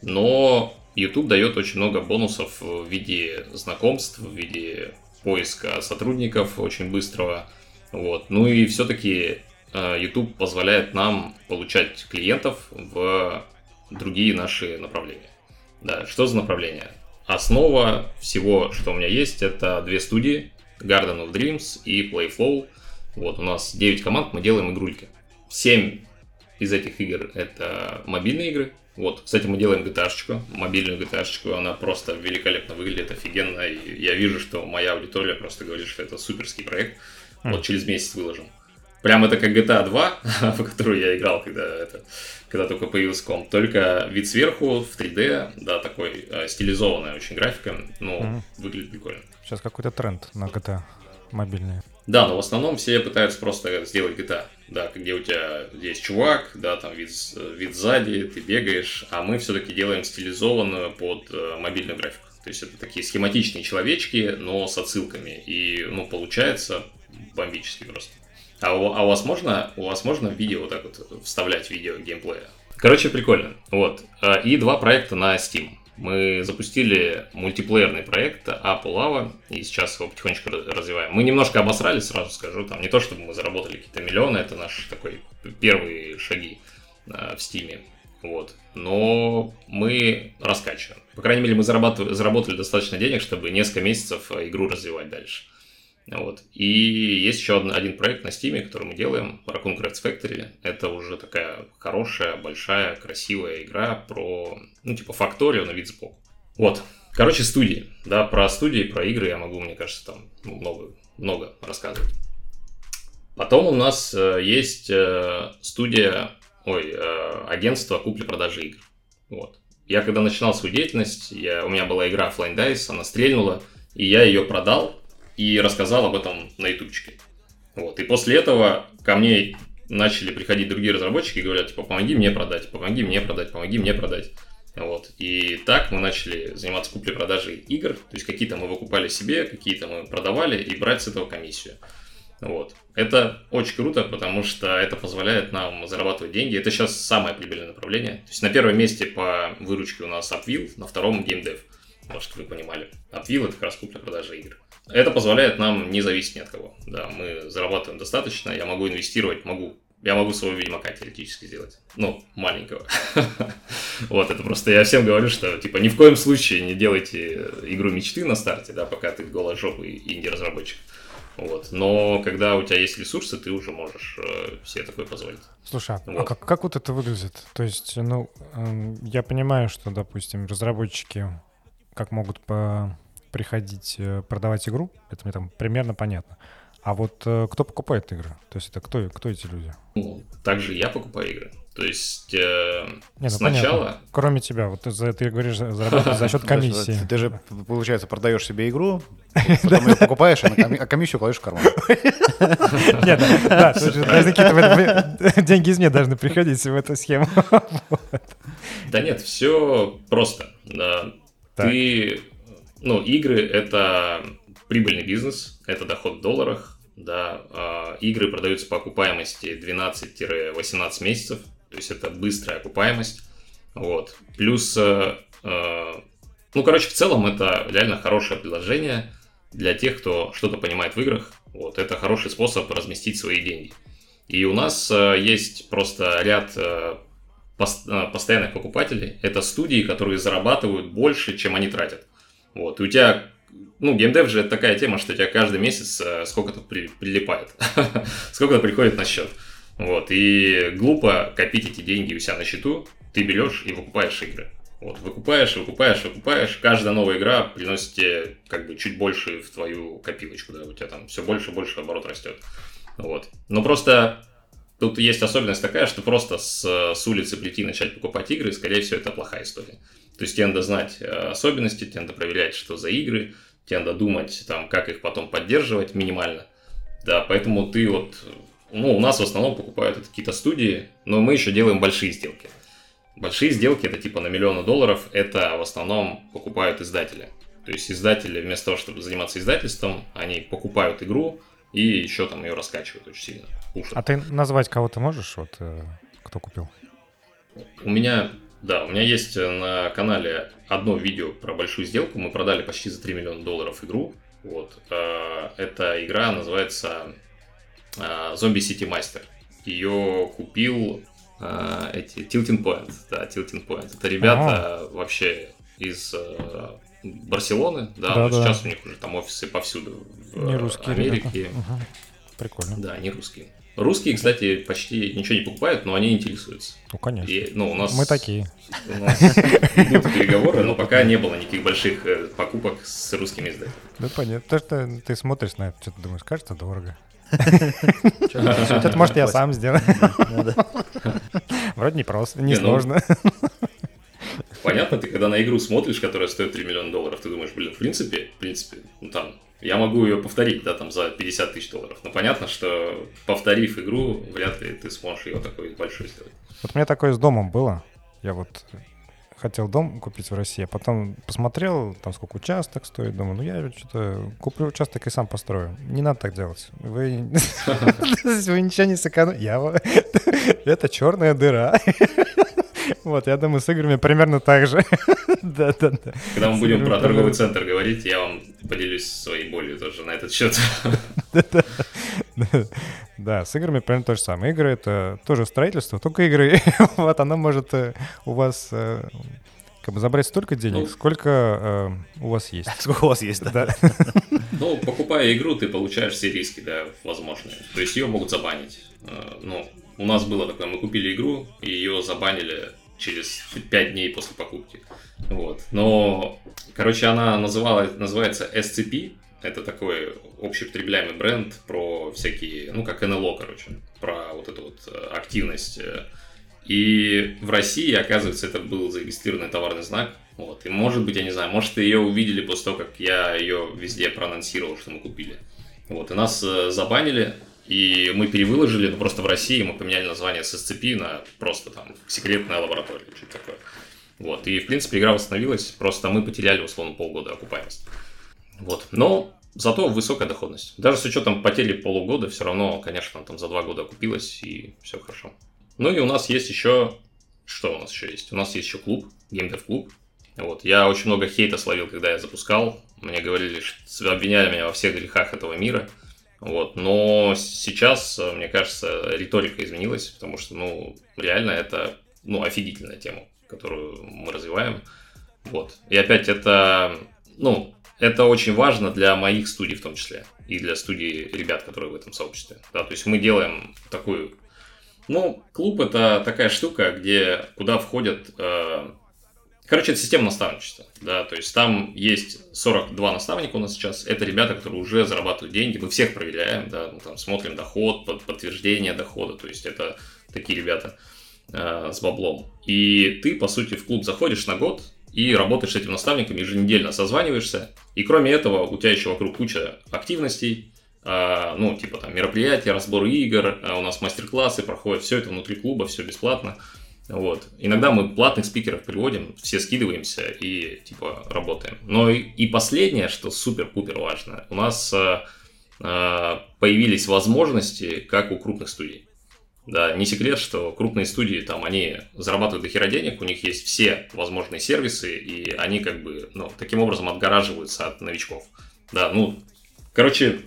Но YouTube дает очень много бонусов в виде знакомств, в виде поиска сотрудников очень быстрого. Вот. Ну и все-таки YouTube позволяет нам получать клиентов в другие наши направления. Да, что за направления? Основа всего, что у меня есть, это две студии, Garden of Dreams и Playflow. Вот у нас девять команд, мы делаем игрульки. семь из этих игр это мобильные игры. Вот, кстати, мы делаем джи ти эй-шечку, мобильную джи ти эй-шечку, она просто великолепно выглядит, офигенно, и я вижу, что моя аудитория просто говорит, что это суперский проект. Mm. Вот через месяц выложим. Прям это как джи ти эй два, в которую я играл, когда, это, когда только появился комп. Только вид сверху, в три дэ, да, такой э, стилизованная очень графика, ну, mm. выглядит прикольно. Сейчас какой-то тренд на джи ти эй мобильные. Да, но в основном все пытаются просто сделать джи ти эй, да, где у тебя есть чувак, да, там вид, вид сзади, ты бегаешь, а мы все-таки делаем стилизованную под э, мобильную графику. То есть это такие схематичные человечки, но с отсылками, и, ну, получается бомбически просто. А у, а у вас можно, у вас можно видео вот так вот вставлять видео геймплея? Короче, прикольно. Вот. И два проекта на Steam. Мы запустили мультиплеерный проект Apple Lava, и сейчас его потихонечку развиваем. Мы немножко обосрались, сразу скажу. Там не то, чтобы мы заработали какие-то миллионы, это наши такой первые шаги в Steam. Вот. Но мы раскачиваем. По крайней мере, мы заработали достаточно денег, чтобы несколько месяцев игру развивать дальше. Вот. И есть еще один проект на Steam, который мы делаем, Raccoon Crafts Factory. Это уже такая хорошая, большая, красивая игра про, ну, типа факторию на вид сбоку. Вот. Короче, студии. Да, про студии, про игры я могу, мне кажется, там много, много рассказывать. Потом у нас э, есть э, студия, ой, э, агентство купли-продажи игр. Вот. Я когда начинал свою деятельность, я, у меня была игра Flying Dice, она стрельнула, и я ее продал. И рассказал об этом на ютубчике. Вот. И после этого ко мне начали приходить другие разработчики и говорят, типа, помоги мне продать, помоги мне продать, помоги мне продать. Вот. И так мы начали заниматься куплей-продажей игр. То есть какие-то мы выкупали себе, какие-то мы продавали и брать с этого комиссию. Вот. Это очень круто, потому что это позволяет нам зарабатывать деньги. Это сейчас самое прибыльное направление. То есть на первом месте по выручке у нас Upville, на втором GameDev. Может, вы понимали. Upville — это как раз купля-продажа игр. Это позволяет нам не зависеть ни от кого. Да, мы зарабатываем достаточно, я могу инвестировать, могу. Я могу своего Ведьмака теоретически сделать. Ну, маленького. Вот, это просто я всем говорю, что, типа, ни в коем случае не делайте игру мечты на старте, да, пока ты голожопый инди-разработчик. Вот. Но когда у тебя есть ресурсы, ты уже можешь э, себе такое позволить. Слушай, вот. а как, как вот это выглядит? То есть, ну, э, я понимаю, что, допустим, разработчики как могут по... приходить продавать игру, это мне там примерно понятно. А вот э, кто покупает игры? То есть это кто, кто эти люди? Ну, также я покупаю игры. То есть э, Не, ну, сначала... Понятно. Кроме тебя, вот ты, за, ты говоришь, заработать за счет комиссии. Ты же, получается, продаешь себе игру, потом ее покупаешь, а комиссию кладешь в карман. Нет, да, какие-то деньги извне должны приходить в эту схему. Да нет, все просто. Ты... Ну, игры — это прибыльный бизнес, это доход в долларах, да, э, игры продаются по окупаемости двенадцать-восемнадцать месяцев, то есть это быстрая окупаемость, вот, плюс, э, э, ну, короче, в целом это реально хорошее предложение для тех, кто что-то понимает в играх, вот, это хороший способ разместить свои деньги. И у нас э, есть просто ряд э, пост- э, постоянных покупателей, это студии, которые зарабатывают больше, чем они тратят. Вот, и у тебя, ну, геймдев же это такая тема, что у тебя каждый месяц э, сколько-то при, прилипает, сколько-то приходит на счет. Вот, и глупо копить эти деньги у себя на счету, ты берешь и выкупаешь игры. Вот, выкупаешь, выкупаешь, выкупаешь, каждая новая игра приносит тебе как бы чуть больше в твою копилочку, да, у тебя там все больше и больше оборот растет. Вот, но просто тут есть особенность такая, что просто с, с улицы прийти и начать покупать игры, скорее всего, это плохая история. То есть тебе надо знать особенности, тебе надо проверять, что за игры, тебе надо думать, там, как их потом поддерживать минимально. Да, поэтому ты вот... Ну, у нас в основном покупают это какие-то студии, но мы еще делаем большие сделки. Большие сделки, это типа на миллионы долларов, это в основном покупают издатели. То есть издатели вместо того, чтобы заниматься издательством, они покупают игру и еще там ее раскачивают очень сильно. Пушат. А ты назвать кого-то можешь, вот кто купил? У меня, да, у меня есть на канале одно видео про большую сделку. Мы продали почти за три миллиона долларов игру. Вот. Эта игра называется Zombie City Master. Ее купил эти Tilting Point. Да, Tilting Point. Это ребята ага. вообще из Барселоны. Да, да, но да. Сейчас у них уже там офисы повсюду в не русские Америке. Угу. Прикольно. Да, не русские. Русские, кстати, почти ничего не покупают, но они интересуются. Ну, конечно. И, ну, у нас, мы такие. У нас идут переговоры, но пока не было никаких больших покупок с русскими издателями. Да понятно. То, что ты смотришь на это, что ты думаешь, кажется дорого. Что-то, может, я сам сделаю. Вроде не просто, не сложно. Понятно, ты когда на игру смотришь, которая стоит три миллиона долларов, ты думаешь, блин, в принципе, в принципе, ну там, я могу ее повторить, да, там, за пятьдесят тысяч долларов. Но понятно, что повторив игру, вряд ли ты сможешь ее такой большой сделать. Вот у меня такое с домом было. Я вот хотел дом купить в России, а потом посмотрел, там, сколько участок стоит, думаю, ну, я что-то куплю участок и сам построю. Не надо так делать. Вы вы ничего не сэкономите. Я... Это черная дыра. Вот, я думаю, с играми примерно так же. Да, да, да. Когда мы будем про торговый центр говорить, я вам поделюсь своей болью тоже на этот счет. Да, с играми примерно то же самое. Игры — это тоже строительство, только игры. Вот, оно может у вас как бы забрать столько денег, сколько у вас есть. Сколько у вас есть, да. Ну, покупая игру, ты получаешь все риски, да, возможные. То есть ее могут забанить. Ну, у нас было такое, мы купили игру, и ее забанили через пять дней после покупки. Вот. Но, короче, она называла, называется эс си пи. Это такой общеупотребляемый бренд про всякие, ну, как эн эл о, короче, про вот эту вот активность. И в России, оказывается, это был зарегистрированный товарный знак. Вот. И, может быть, я не знаю, может, ее увидели после того, как я ее везде проанонсировал, что мы купили. Вот. И нас забанили. И мы перевыложили, но просто в России мы поменяли название с эс си пи на просто там секретная лаборатория, что-то такое. Вот. И, в принципе, игра восстановилась, просто мы потеряли, условно, полгода окупаемости. Вот. Но зато высокая доходность. Даже с учетом потери полугода, все равно, конечно, там за два года окупилось, и все хорошо. Ну и у нас есть еще... Что у нас еще есть? У нас есть еще клуб, геймдев-клуб. Вот. Я очень много хейта словил, когда я запускал. Мне говорили, что обвиняли меня во всех грехах этого мира. Вот. Но сейчас, мне кажется, риторика изменилась, потому что, ну, реально это, ну, офигительная тема, которую мы развиваем. Вот. И опять это, ну, это очень важно для моих студий в том числе, и для студий ребят, которые в этом сообществе. Да, то есть мы делаем такую... Ну, клуб — это такая штука, где, куда входят... Э, короче, это система наставничества. Да, то есть там есть сорок два наставника у нас сейчас. Это ребята, которые уже зарабатывают деньги. Мы всех проверяем, да, ну, там, смотрим доход, под, подтверждение дохода. То есть это такие ребята э, с баблом. И ты, по сути, в клуб заходишь на год и работаешь с этими наставниками, еженедельно созваниваешься. И кроме этого, у тебя еще вокруг куча активностей. Uh, ну, типа там мероприятия, разборы игр, uh, у нас мастер-классы проходят, все это внутри клуба, все бесплатно. Вот. Иногда мы платных спикеров приводим, все скидываемся и типа работаем. Но и, и последнее, что супер-пупер важно, у нас uh, uh, появились возможности, как у крупных студий. Да, не секрет, что крупные студии, там, они зарабатывают до хера денег, у них есть все возможные сервисы, и они как бы, ну, таким образом отгораживаются от новичков. Да, ну, короче...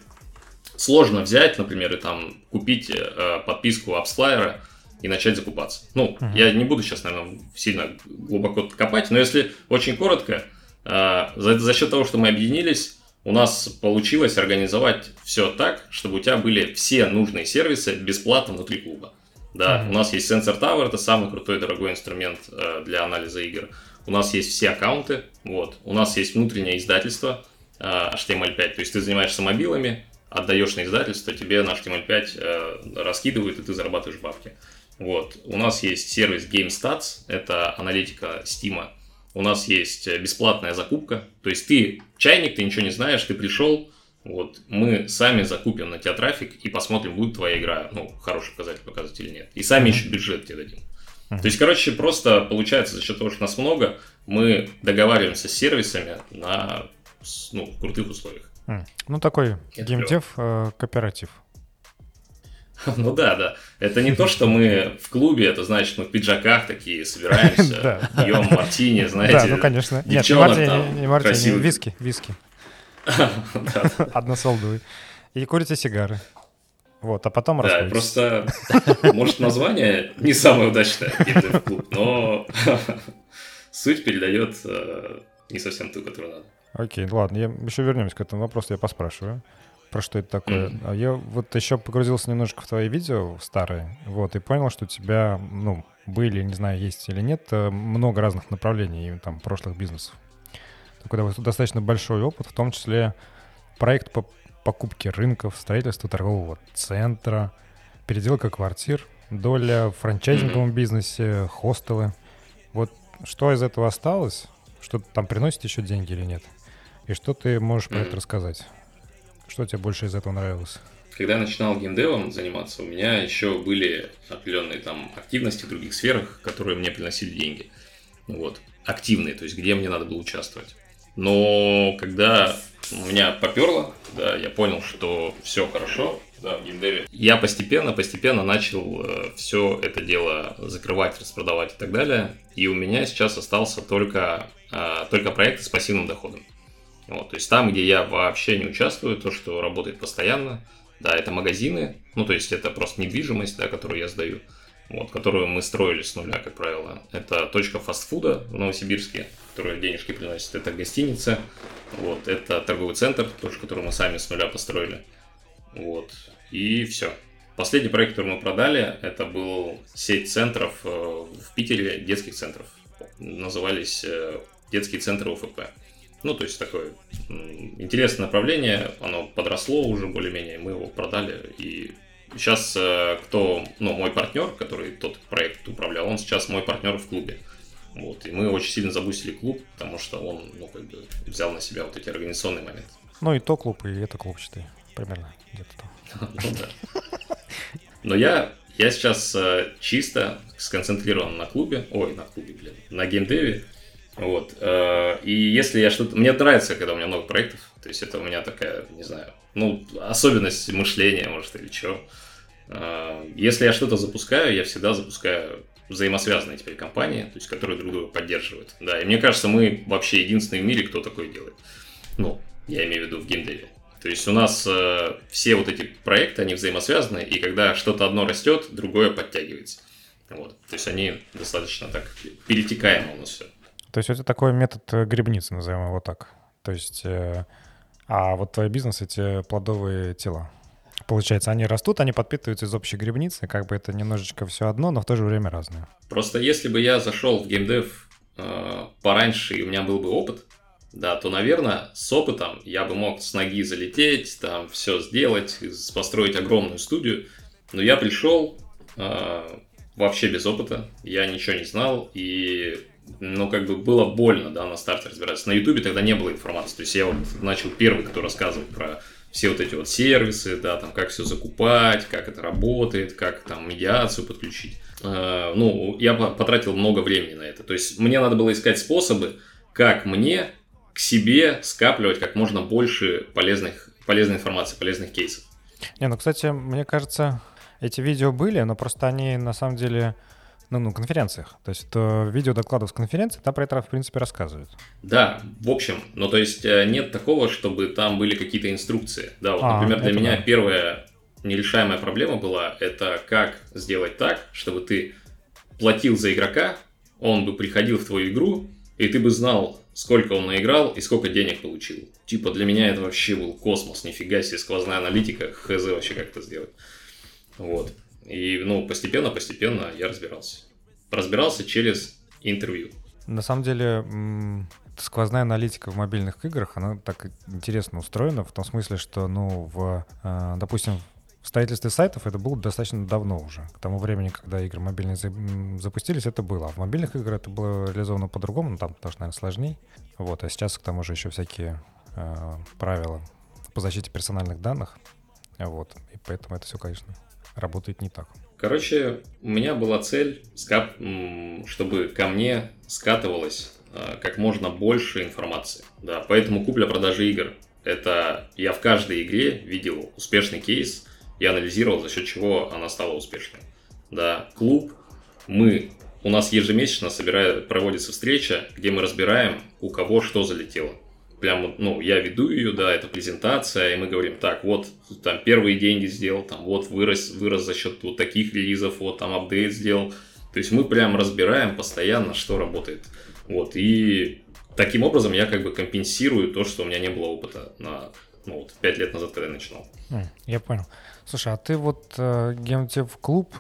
Сложно взять, например, и там купить э, подписку AppsFlyer и начать закупаться. Ну, uh-huh. я не буду сейчас, наверное, сильно глубоко копать, но если очень коротко, э, за, за счет того, что мы объединились, у нас получилось организовать все так, чтобы у тебя были все нужные сервисы бесплатно внутри клуба. Да, uh-huh. У нас есть Sensor Tower, это самый крутой дорогой инструмент э, для анализа игр. У нас есть все аккаунты, вот. У нас есть внутреннее издательство э, эйч ти эм эль пять, то есть ты занимаешься мобилами, отдаешь на издательство, тебе на эйч ти эм эль пять э, раскидывают, и ты зарабатываешь бабки. Вот. У нас есть сервис GameStats, это аналитика Steam. У нас есть бесплатная закупка. То есть ты чайник, ты ничего не знаешь, ты пришел, вот, мы сами закупим на тебя трафик и посмотрим, будет твоя игра, ну, хороший показатель показывать или нет. И сами еще бюджет тебе дадим. То есть, короче, просто получается за счет того, что нас много, мы договариваемся с сервисами на ну, в крутых условиях. Mm. Ну, такой геймдев э, кооператив. Ну да, да. Это не то, что мы в клубе, это значит, мы в пиджаках такие собираемся, пьем мартини, знаете. Да, ну, конечно. Нет, не мартини, не мартини, виски, виски. Односолдовый. И курите сигары. Вот, а потом расходитесь. Да, просто, может, название не самое удачное, геймдев клуб, но суть передает не совсем ту, которую надо. Окей, ладно, я еще вернемся к этому вопросу, я поспрашиваю. Про что это такое. Mm-hmm. Я вот еще погрузился немножко в твои видео старые, вот, и понял, что у тебя, ну, были, не знаю, есть или нет, много разных направлений, там, прошлых бизнесов. Такой достаточно большой опыт, в том числе проект по покупке рынков, строительство торгового центра, переделка квартир, доля в франчайзинговом mm-hmm. бизнесе, хостелы. Вот что из этого осталось? Что там приносит еще деньги или нет? И что ты можешь про mm-hmm. это рассказать? Что тебе больше из этого нравилось? Когда я начинал геймдевом заниматься, у меня еще были определенные там активности в других сферах, которые мне приносили деньги. Вот. Активные, то есть где мне надо было участвовать. Но когда у меня поперло, да, я понял, что все хорошо, да, в геймдеве, я постепенно-постепенно начал э, все это дело закрывать, распродавать и так далее. И у меня сейчас остался только, э, только проекты с пассивным доходом. Вот, то есть там, где я вообще не участвую, то, что работает постоянно, да, это магазины, ну, то есть это просто недвижимость, да, которую я сдаю, вот, которую мы строили с нуля, как правило. Это точка фастфуда в Новосибирске, которая денежки приносит, это гостиница, вот, это торговый центр, тоже, который мы сами с нуля построили, вот, и все. Последний проект, который мы продали, это был сеть центров в Питере, детских центров, назывались детские центры ОФП. Ну, то есть такое интересное направление, оно подросло уже более-менее, мы его продали. И сейчас кто, ну, мой партнер, который тот проект управлял, он сейчас мой партнер в клубе. Вот, и мы очень сильно забустили клуб, потому что он, ну, как бы взял на себя вот эти организационные моменты. Ну, и то клуб, и это клуб, считай, примерно где-то там. Ну, да. Но я, я сейчас чисто сконцентрирован на клубе, ой, на клубе, блин, на геймдеве. Вот. И если я что-то... Мне нравится, когда у меня много проектов. То есть это у меня такая, не знаю, ну, особенность мышления, может, или что. Если я что-то запускаю, я всегда запускаю взаимосвязанные теперь компании, то есть которые друг друга поддерживают. Да, и мне кажется, мы вообще единственные в мире, кто такое делает. Ну, я имею в виду в геймдеве. То есть у нас э, все вот эти проекты, они взаимосвязаны, и когда что-то одно растет, другое подтягивается. Вот. То есть они достаточно так перетекаемо у нас все. То есть это такой метод грибницы, назовем его так. То есть, э, а вот твой бизнес, эти плодовые тела, получается, они растут, они подпитываются из общей грибницы, как бы это немножечко все одно, но в то же время разное. Просто если бы я зашел в геймдев э, пораньше, и у меня был бы опыт, да, то, наверное, с опытом я бы мог с ноги залететь, там все сделать, построить огромную студию. Но я пришел э, вообще без опыта, я ничего не знал, и... Ну, как бы было больно, да, на старте разбираться. На Ютубе тогда не было информации. То есть я вот начал первый, кто рассказывает про все вот эти вот сервисы, да, там, как все закупать, как это работает, как там медиацию подключить. Э, ну, я потратил много времени на это. То есть мне надо было искать способы, как мне к себе скапливать как можно больше полезных, полезной информации, полезных кейсов. Не, ну, кстати, мне кажется, эти видео были, но просто они на самом деле... Ну, ну, конференциях. То есть это видео докладов с конференции, там про это, в принципе, рассказывают. Да, в общем, ну, то есть нет такого, чтобы там были какие-то инструкции. Да, вот, а, например, для меня да. первая нерешаемая проблема была, это как сделать так, чтобы ты платил за игрока, он бы приходил в твою игру, и ты бы знал, сколько он наиграл и сколько денег получил. Типа для меня это вообще был космос, нифига себе, сквозная аналитика, хз вообще как это сделать. Вот. И, ну, постепенно-постепенно я разбирался. Разбирался через интервью. На самом деле, сквозная аналитика в мобильных играх, она так интересно устроена, в том смысле, что, ну, в, допустим, в строительстве сайтов это было достаточно давно уже. К тому времени, когда игры мобильные запустились, это было. А в мобильных играх это было реализовано по-другому, ну, там тоже, наверное, сложнее. Вот. А сейчас, к тому же, еще всякие э, правила по защите персональных данных. Вот. И поэтому это все, конечно... работает не так. Короче, у меня была цель, чтобы ко мне скатывалось как можно больше информации. Да, поэтому купля-продажа игр – это я в каждой игре видел успешный кейс и анализировал, за счет чего она стала успешной. Да, клуб, мы, у нас ежемесячно собирает, проводится встреча, где мы разбираем, у кого что залетело. Прям, ну, я веду ее, да, это презентация, и мы говорим, так, вот, там, первые деньги сделал, там, вот, вырос, вырос за счет вот таких релизов, вот, там, апдейт сделал. То есть мы прям разбираем постоянно, что работает. Вот, и таким образом я как бы компенсирую то, что у меня не было опыта на, ну, вот, пять лет назад, когда я начинал. Я понял. Слушай, а ты вот э, геймдев клуб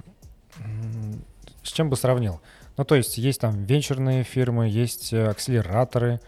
с чем бы сравнил? Ну, то есть есть там венчурные фирмы, есть акселераторы,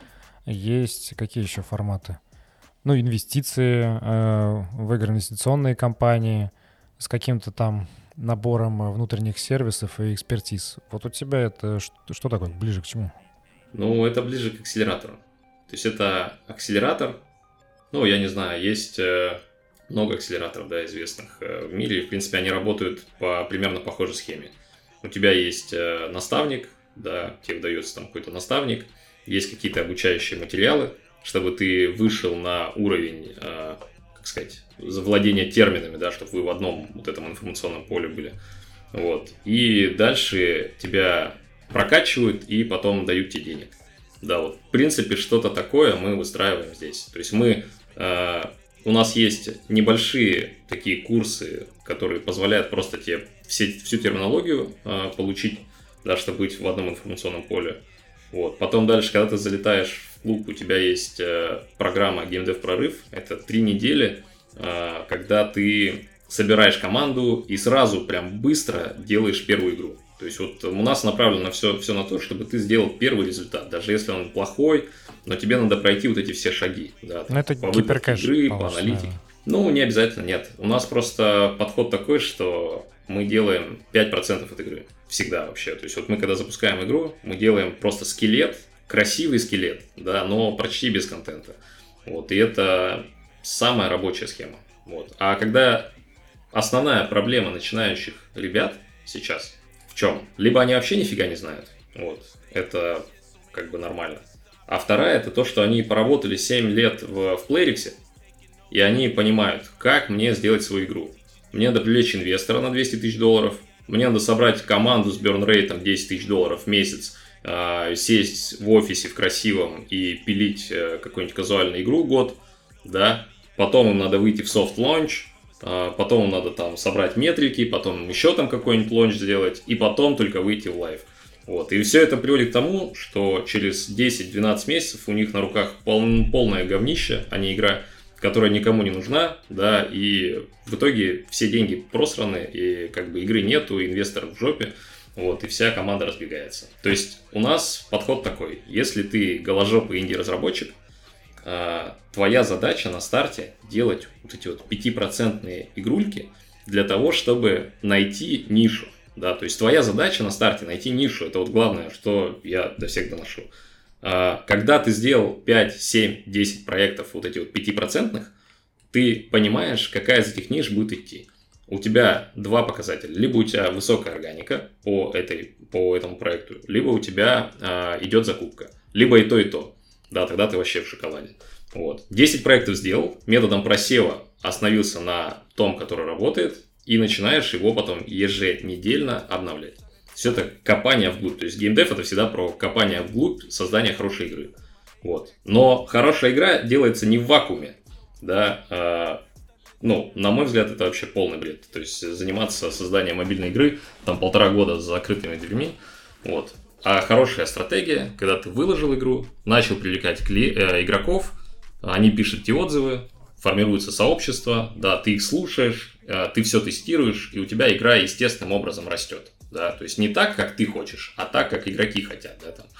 есть какие еще форматы? Ну, инвестиции э, в игры, инвестиционные компании с каким-то там набором внутренних сервисов и экспертиз. Вот у тебя это что, что такое? Ближе к чему? Ну, это ближе к акселератору. То есть это акселератор. Ну, я не знаю, есть э, много акселераторов, да, известных э, в мире. В принципе, они работают по примерно похожей схеме. У тебя есть э, наставник, да, тебе выдается там какой-то наставник. Есть какие-то обучающие материалы, чтобы ты вышел на уровень, э, как сказать, завладения терминами, да, чтобы вы в одном вот этом информационном поле были. Вот. И дальше тебя прокачивают и потом дают тебе денег. Да, вот, в принципе, что-то такое мы выстраиваем здесь. То есть мы, э, у нас есть небольшие такие курсы, которые позволяют просто тебе все, всю терминологию э, получить, да, чтобы быть в одном информационном поле. Вот. Потом дальше, когда ты залетаешь в клуб, у тебя есть э, программа GameDev Прорыв. Это три недели, э, когда ты собираешь команду и сразу прям быстро делаешь первую игру. То есть вот у нас направлено все, все на то, чтобы ты сделал первый результат, даже если он плохой, но тебе надо пройти вот эти все шаги. Да, там, это по выгрузке игры, по аналитике. Да. Ну, не обязательно, нет. У нас просто подход такой, что мы делаем пять процентов от игры. Всегда вообще. То есть вот мы когда запускаем игру, мы делаем просто скелет, красивый скелет, да, но почти без контента. Вот, и это самая рабочая схема. Вот. А когда основная проблема начинающих ребят сейчас в чем? Либо они вообще нифига не знают. Вот. Это как бы нормально. А вторая это то, что они поработали семь лет в, в Playrix, и они понимают, как мне сделать свою игру. Мне надо привлечь инвестора на двести тысяч долларов, мне надо собрать команду с берн-рейтом десять тысяч долларов в месяц, э, сесть в офисе в красивом и пилить э, какую-нибудь казуальную игру год, да. Потом им надо выйти в софт-лонч, э, потом им надо там собрать метрики, потом еще там какой-нибудь лонч сделать, и потом только выйти в лайв. Вот. И все это приводит к тому, что через десять-двенадцать месяцев у них на руках пол- полное говнище, а не игра, которая никому не нужна, да, и в итоге все деньги просраны, и как бы игры нету, инвестор в жопе, вот, и вся команда разбегается. То есть у нас подход такой: если ты голожопый инди-разработчик, э, твоя задача на старте делать вот эти вот пятипроцентные игрульки для того, чтобы найти нишу, да, то есть твоя задача на старте найти нишу, это вот главное, что я до всех доношу. Когда ты сделал пять, семь, десять проектов вот этих вот пятипроцентных, ты понимаешь, какая из этих ниш будет идти. У тебя два показателя. Либо у тебя высокая органика по, этой, по этому проекту, либо у тебя э, идет закупка. Либо и то, и то. Да, тогда ты вообще в шоколаде. Вот. десять проектов сделал, методом просева остановился на том, который работает, и начинаешь его потом еженедельно обновлять. Все это копание вглубь. То есть геймдев это всегда про копание вглубь, создание хорошей игры. Вот. Но хорошая игра делается не в вакууме. Да? А, ну, на мой взгляд, это вообще полный бред. То есть заниматься созданием мобильной игры там полтора года с закрытыми дверьми. Вот. А хорошая стратегия, когда ты выложил игру, начал привлекать кли- э, игроков, они пишут тебе отзывы, формируется сообщество, да, ты их слушаешь, э, ты все тестируешь, и у тебя игра естественным образом растет. Да, то есть не так, как ты хочешь, а так, как игроки хотят. Да, там.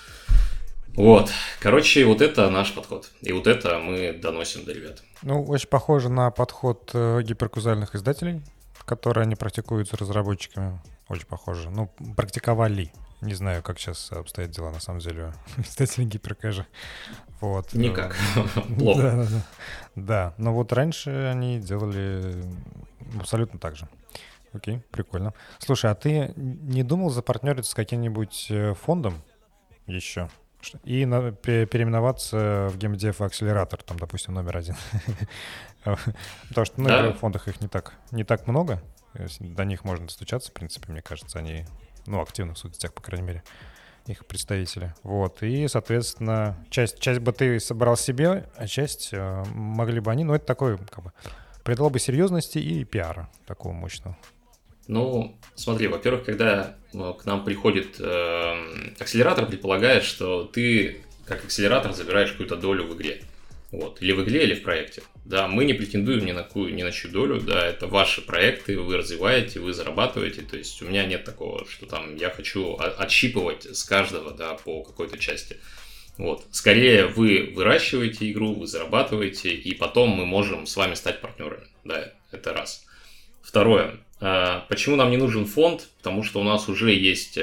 Вот. Короче, вот это наш подход. И вот это мы доносим до ребят. Ну, очень похоже на подход э, гиперказуальных издателей, которые они практикуют с разработчиками. Очень похоже. Ну, практиковали. Не знаю, как сейчас обстоят дела, на самом деле, издатели гиперкэжа. Вот. Никак. Плохо. Да, да, да. Да, но вот раньше они делали абсолютно так же. Окей, прикольно. Слушай, а ты не думал запартнериться с каким-нибудь фондом еще? И на, переименоваться в геймдев акселератор, там, допустим, номер один. Потому что ну, да. в фондах их не так, не так много. До них можно достучаться, в принципе, мне кажется. Они ну, активны в соцсетях, по крайней мере, их представители. Вот. И, соответственно, часть, часть бы ты собрал себе, а часть э, могли бы они. Ну, это такой, как бы, придало бы серьезности и пиара такого мощного. Ну, смотри, во-первых, когда к нам приходит э, акселератор, предполагает, что ты как акселератор забираешь какую-то долю в игре. Вот. Или в игре, или в проекте. Да, мы не претендуем ни на какую, ни на чью долю, да, это ваши проекты, вы развиваете, вы зарабатываете, то есть у меня нет такого, что там я хочу отщипывать с каждого, да, по какой-то части. Вот. Скорее вы выращиваете игру, вы зарабатываете, и потом мы можем с вами стать партнерами, да, это раз. Второе. Почему нам не нужен фонд? Потому что у нас уже есть,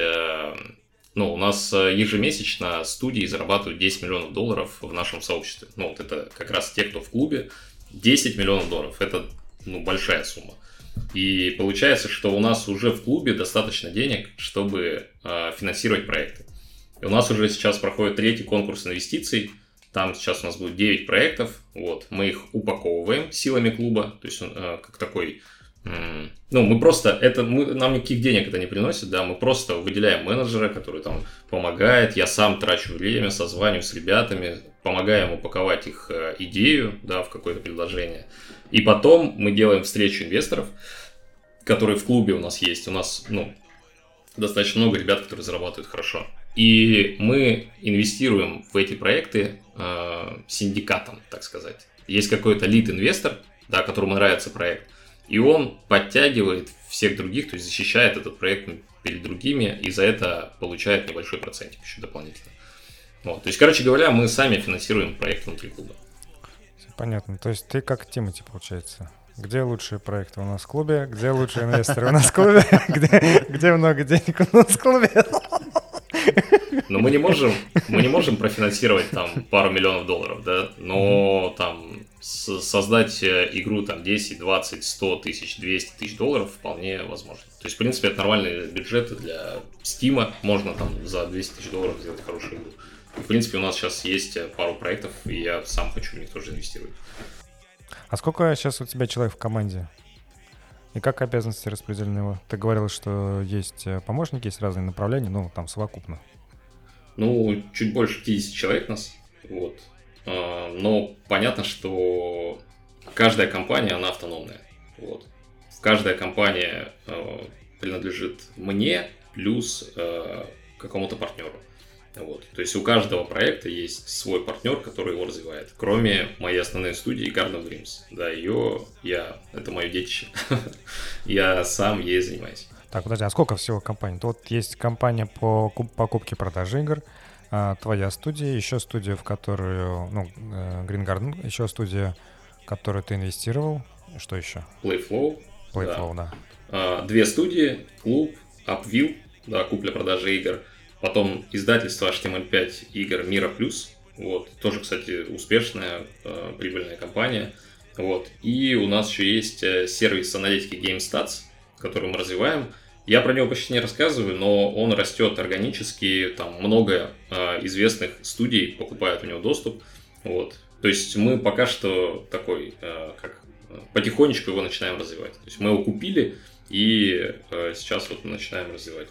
ну, у нас ежемесячно студии зарабатывают десять миллионов долларов в нашем сообществе. Ну, вот это как раз те, кто в клубе. десять миллионов долларов – это, ну, большая сумма. И получается, что у нас уже в клубе достаточно денег, чтобы финансировать проекты. И у нас уже сейчас проходит третий конкурс инвестиций. Там сейчас у нас будет девять проектов. Вот. Мы их упаковываем силами клуба. То есть, как такой... Ну, мы просто, это, мы, нам никаких денег это не приносит, да, мы просто выделяем менеджера, который там помогает, я сам трачу время, созваниваюсь с ребятами, помогаем упаковать их идею, да, в какое-то предложение. И потом мы делаем встречу инвесторов, которые в клубе у нас есть, у нас, ну, достаточно много ребят, которые зарабатывают хорошо. И мы инвестируем в эти проекты э, синдикатом, так сказать. Есть какой-то лид-инвестор, да, которому нравится проект, и он подтягивает всех других, то есть защищает этот проект перед другими, и за это получает небольшой процентик еще дополнительно. Вот. То есть, короче говоря, мы сами финансируем проект внутри клуба. Понятно. То есть ты как Тимати, получается. Где лучшие проекты у нас в клубе? Где лучшие инвесторы у нас в клубе? Где, где много денег у нас в клубе? Но мы не можем, мы не можем профинансировать там пару миллионов долларов, да, но там создать игру там десять, двадцать, сто тысяч, двести тысяч долларов вполне возможно. То есть, в принципе, это нормальные бюджеты для Steam, можно там за двести тысяч долларов сделать хорошую игру. И, в принципе, у нас сейчас есть пару проектов, и я сам хочу в них тоже инвестировать. А сколько сейчас у тебя человек в команде? И как обязанности распределены? Ты говорил, что есть помощники, есть разные направления, ну, там, совокупно. Ну, чуть больше пятьдесят человек нас, вот. Но понятно, что каждая компания, она автономная, вот. Каждая компания принадлежит мне плюс какому-то партнеру. Вот. То есть у каждого проекта есть свой партнер, который его развивает. Кроме моей основной студии Garden Dreams. Да, ее я, это мое детище. Я сам ей занимаюсь. Так, подожди, а сколько всего компаний? Вот есть компания по покупке и продаже игр, твоя студия, еще студия, в которую, ну, Green Garden, еще студия, в которую ты инвестировал. Что еще? Playflow. Playflow, да. да. Две студии, клуб, Upville, да, купля-продажа игр. Потом издательство эйч ти эм эль пять игр Мира Плюс. Вот. Тоже, кстати, успешная, э, прибыльная компания. Вот. И у нас еще есть сервис аналитики GameStats, который мы развиваем. Я про него почти не рассказываю, но он растет органически. Там много э, известных студий покупают у него доступ. Вот. То есть мы пока что такой, э, как потихонечку его начинаем развивать. То есть мы его купили и э, сейчас вот начинаем развивать.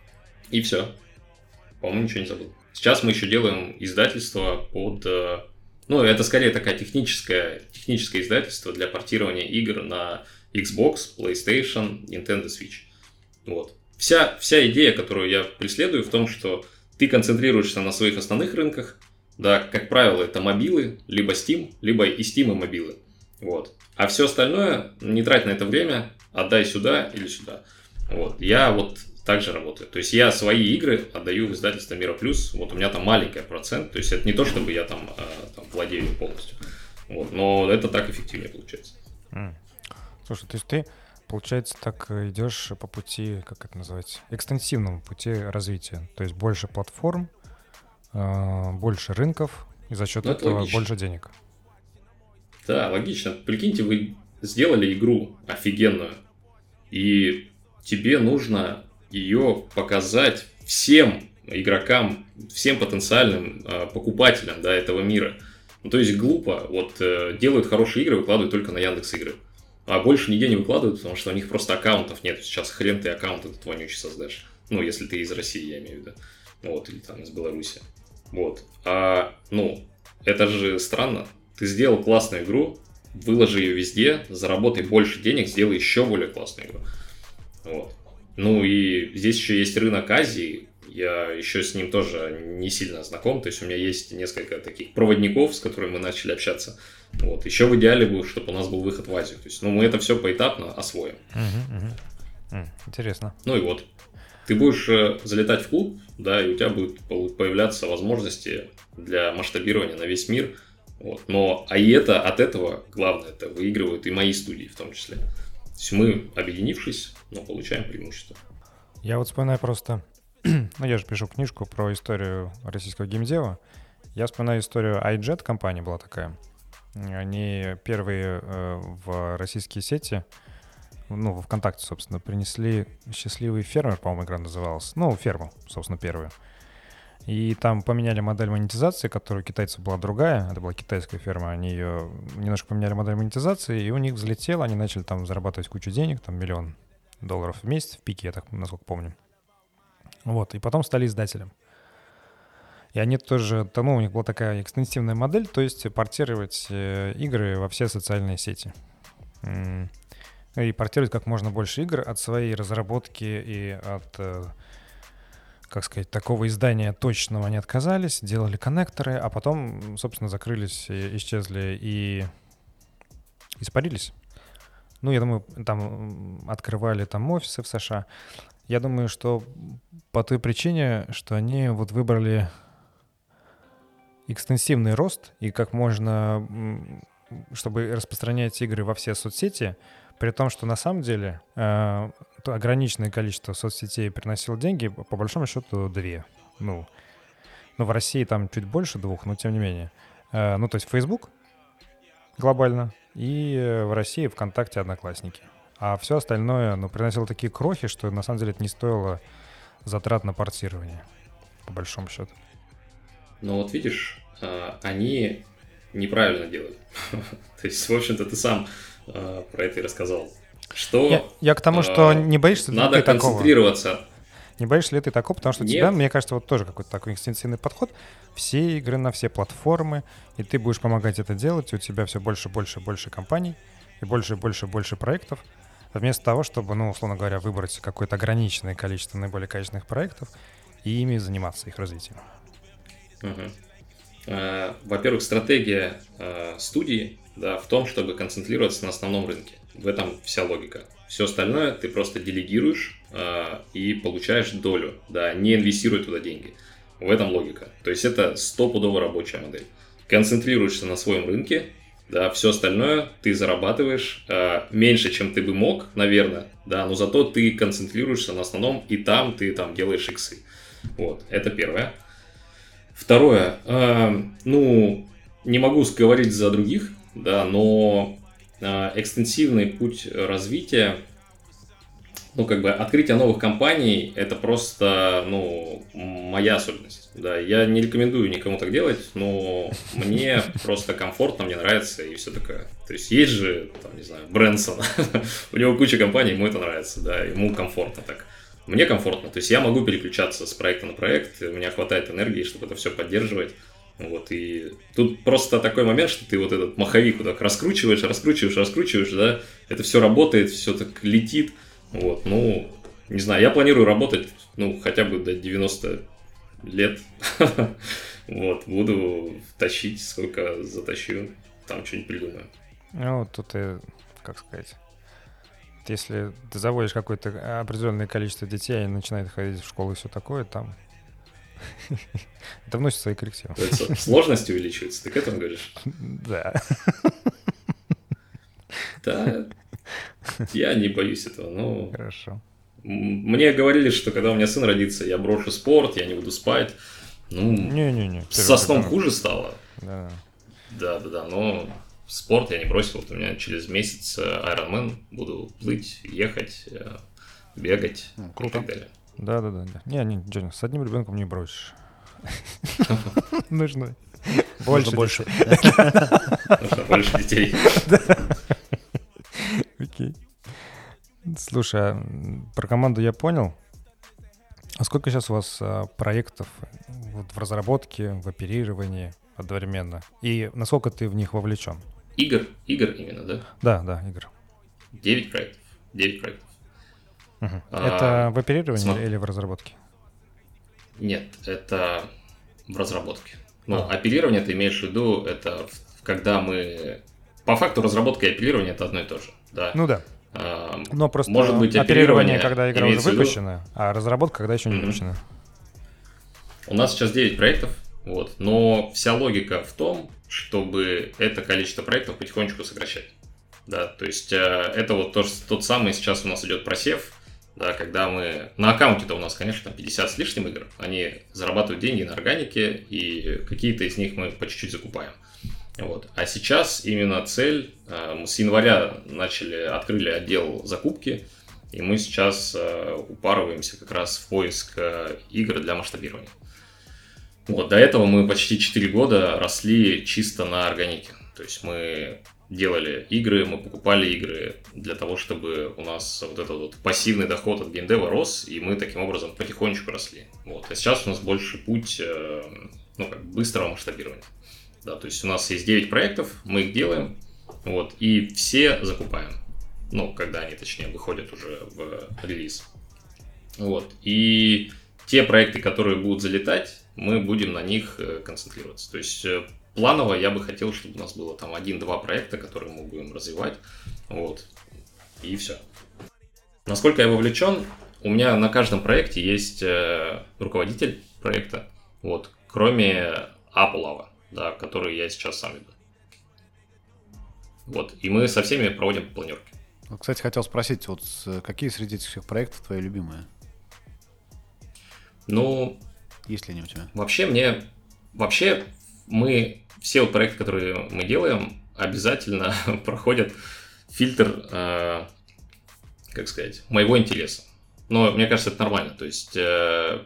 И все. По-моему, ничего не забыл. Сейчас мы еще делаем издательство под... Ну, это скорее такая техническая, техническое издательство для портирования игр на Xbox, PlayStation, Nintendo Switch. Вот. Вся, вся идея, которую я преследую, в том, что ты концентрируешься на своих основных рынках. Да, как правило, это мобилы, либо Steam, либо и Steam, и мобилы. Вот. А все остальное, не трать на это время, отдай сюда или сюда. Вот. Я вот... также работаю. То есть я свои игры отдаю в издательство Мира Плюс. Вот у меня там маленький процент. То есть это не то, чтобы я там, там владею полностью. Вот. Но это так эффективнее получается. Mm. Слушай, то есть ты, получается, так идешь по пути, как это называется, экстенсивному пути развития. То есть больше платформ, больше рынков, и за счет ну, этого логично. Больше денег. Да, логично. Прикиньте, вы сделали игру офигенную, и тебе нужно ее показать всем игрокам, всем потенциальным э, покупателям, да, этого мира. Ну, то есть глупо, вот э, делают хорошие игры, выкладывают только на Яндекс.Игры. А больше нигде не выкладывают, потому что у них просто аккаунтов нет. Сейчас хрен ты аккаунт этот вонючий создашь. Ну, если ты из России, я имею в виду. Вот, или там из Беларуси. Вот. А, ну, это же странно. Ты сделал классную игру, выложи ее везде, заработай больше денег, сделай еще более классную игру. Вот. Ну, и здесь еще есть рынок Азии. Я еще с ним тоже не сильно знаком. То есть у меня есть несколько таких проводников, с которыми мы начали общаться. Вот. Еще в идеале бы, чтобы у нас был выход в Азию. То есть, ну, мы это все поэтапно освоим. Угу, угу. Mm, интересно. Ну и вот. Ты будешь э, залетать в клуб, да, и у тебя будут появляться возможности для масштабирования на весь мир. Вот. Но, а и это, от этого, главное, это выигрывают и мои студии в том числе. То есть мы, объединившись, ну, получаем преимущество. Я вот вспоминаю просто... ну, я же пишу книжку про историю российского геймдева. Я вспоминаю историю iJet, компания была такая. Они первые э, в российские сети, ну, во ВКонтакте, собственно, принесли «Счастливый фермер», по-моему, игра называлась. Ну, ферму, собственно, первую. И там поменяли модель монетизации, которая у китайцев была другая. Это была китайская ферма. Они ее немножко поменяли модель монетизации, и у них взлетело. Они начали там зарабатывать кучу денег, там миллион долларов в месяц в пике, я так, насколько помню. Вот, и потом стали издателем. И они тоже, ну, у них была такая экстенсивная модель, то есть портировать э, игры во все социальные сети. М- и портировать как можно больше игр от своей разработки и от, э, как сказать, такого издания точного они отказались, делали коннекторы, а потом, собственно, закрылись, и исчезли и испарились. Ну, я думаю, там открывали там офисы в США. Я думаю, что по той причине, что они вот выбрали экстенсивный рост и как можно, чтобы распространять игры во все соцсети, при том, что на самом деле э, ограниченное количество соцсетей приносило деньги, по большому счету две. Ну, ну, в России там чуть больше двух, но тем не менее. Э, ну, то есть Facebook глобально и в России ВКонтакте, Одноклассники. А все остальное, ну, приносило такие крохи, что на самом деле это не стоило затрат на портирование, по большому счету. Но вот видишь, они неправильно делают. То есть, в общем-то, ты сам про это и рассказал. Что я, я к тому, что не боишься ли надо ты такого? концентрироваться. Не боишься ли ты такого? Потому что у Нет. тебя, мне кажется, вот тоже какой-то такой экстенсивный подход. Все игры на все платформы, и ты будешь помогать это делать, и у тебя все больше, больше, больше компаний, и больше, больше, больше проектов. Вместо того, чтобы, ну, условно говоря, выбрать какое-то ограниченное количество наиболее качественных проектов и ими заниматься, их развитием. Угу. Во-первых, стратегия студии, да, в том, чтобы концентрироваться на основном рынке. В этом вся логика. Все остальное ты просто делегируешь и получаешь долю, да, не инвестируя туда деньги. В этом логика. То есть это стопудово рабочая модель. Концентрируешься на своем рынке, да, все остальное ты зарабатываешь э, меньше, чем ты бы мог, наверное, да, но зато ты концентрируешься на основном, и там ты там делаешь иксы. Вот, это первое. Второе, э, ну, не могу говорить за других, да, но э, экстенсивный путь развития, ну, как бы открытие новых компаний, это просто, ну, моя особенность. Да, я не рекомендую никому так делать, но мне просто комфортно, мне нравится и все такое. То есть есть же, там, не знаю, Брэнсон, у него куча компаний, ему это нравится, да, ему комфортно так. Мне комфортно, то есть я могу переключаться с проекта на проект, у меня хватает энергии, чтобы это все поддерживать. Вот, и тут просто такой момент, что ты вот этот маховик вот так раскручиваешь, раскручиваешь, раскручиваешь, да, это все работает, все так летит. Вот, ну, не знаю, я планирую работать, ну, хотя бы до девяноста лет. Вот, буду тащить, сколько затащу, там что-нибудь придумаю. Ну, тут, и, как сказать, если ты заводишь какое-то определенное количество детей, они начинают ходить в школу и все такое, там это вносит свои коррективы. Сложность увеличивается, ты к этому говоришь? Да. Да, я не боюсь этого, но... Хорошо. Мне говорили, что когда у меня сын родится, я брошу спорт, я не буду спать. Ну, не-не-не, со сном хуже стало. Да. Да-да-да, но спорт я не бросил. Вот у меня через месяц Ironman, буду плыть, ехать, бегать Круто. и так далее. Да-да-да. Не, не, Джонни, с одним ребенком не бросишь. Нужно больше. Больше. Нужно больше детей. Окей. Слушай, а про команду я понял. А сколько сейчас у вас а, проектов вот, в разработке, в оперировании одновременно? И насколько ты в них вовлечен? Игр, игр именно, да? Да, да, игр. Девять проектов. Девять проектов. Угу. А, Это в оперировании смотри. или в разработке? Нет, это в разработке. Ну, А. апеллирование, ты имеешь в виду, это в- когда мы... По факту разработка и апеллирование это одно и то же, да. Ну да. А, Но просто может быть, оперирование, апеллирование когда игра уже имеется в виду- выпущена, а разработка, когда еще не Мгм. выпущена. У нас сейчас девять проектов, вот, но вся логика в том, чтобы это количество проектов потихонечку сокращать. Да, то есть э, это вот тот, тот самый сейчас у нас идет просев, да, когда мы... На аккаунте-то у нас, конечно, там пятьдесят с лишним игр, они зарабатывают деньги на органике, и какие-то из них мы по чуть-чуть закупаем. Вот. А сейчас именно цель, э, мы с января начали, открыли отдел закупки, и мы сейчас э, упарываемся как раз в поиск э, игр для масштабирования. Вот, до этого мы почти четыре года росли чисто на органике. То есть мы делали игры, мы покупали игры для того, чтобы у нас вот этот вот пассивный доход от геймдева рос, и мы таким образом потихонечку росли. Вот. А сейчас у нас больше путь э, ну, как быстрого масштабирования. Да, то есть у нас есть девять проектов, мы их делаем, вот, и все закупаем. Ну, когда они, точнее, выходят уже в релиз. Вот. И те проекты, которые будут залетать, мы будем на них э, концентрироваться. То есть э, планово я бы хотел, чтобы у нас было там один-два проекта, которые мы будем развивать. Вот. И все. Насколько я вовлечен, у меня на каждом проекте есть э, руководитель проекта, вот, кроме Апулава, да, который я сейчас сам веду. Вот. И мы со всеми проводим планерки. Вот, кстати, хотел спросить, вот какие среди этих всех проектов твои любимые? Ну, Есть ли они у тебя? вообще мне... Вообще мы... Все вот проекты, которые мы делаем, обязательно проходят фильтр, э, как сказать, моего интереса. Но мне кажется, это нормально. То есть э,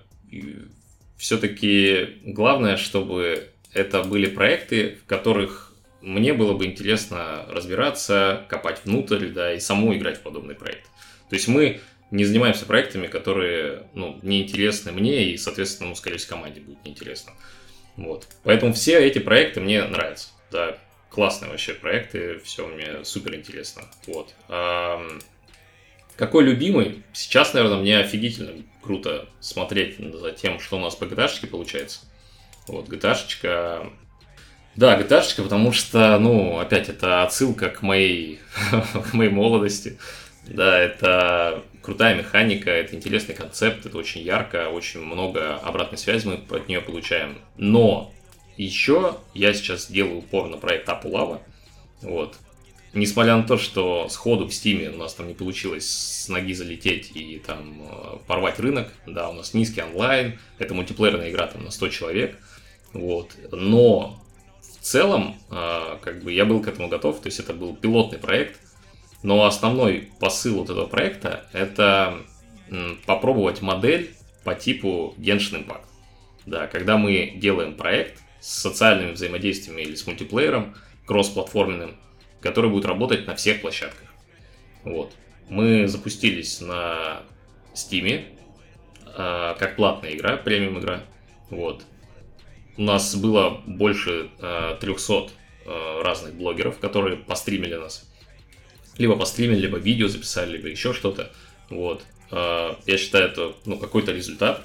все-таки главное, чтобы это были проекты, в которых мне было бы интересно разбираться, копать внутрь, да, и саму играть в подобный проект. То есть мы не занимаемся проектами, которые, ну, неинтересны мне, и, соответственно, ну, скорее всего, команде будет неинтересно. Вот. Поэтому все эти проекты мне нравятся. Да, классные вообще проекты, все мне супер интересно. Вот. А, какой любимый? Сейчас, наверное, мне офигительно круто смотреть за тем, что у нас по джи ти эй-шечке получается. Вот, джи ти эй-шечка... Да, джи ти эй-шечка, потому что, ну, опять, это отсылка к моей, к моей молодости. Да, это крутая механика, это интересный концепт, это очень ярко, очень много обратной связи мы от нее получаем. Но еще я сейчас делаю упор на проект Апулава. Вот. Несмотря на то, что сходу в Стиме у нас там не получилось с ноги залететь и там порвать рынок, да, у нас низкий онлайн, это мультиплеерная игра там на сто человек, вот. Но в целом, как бы я был к этому готов, то есть это был пилотный проект. Но основной посыл вот этого проекта – это попробовать модель по типу Genshin Impact. Да, когда мы делаем проект с социальными взаимодействиями или с мультиплеером, кроссплатформенным, который будет работать на всех площадках. Вот. Мы запустились на Steam э, как платная игра, премиум игра. Вот. У нас было больше э, трехсот э, разных блогеров, которые постримили нас. Либо постримили, либо видео записали, либо еще что-то. Вот. Я считаю, это ну, какой-то результат.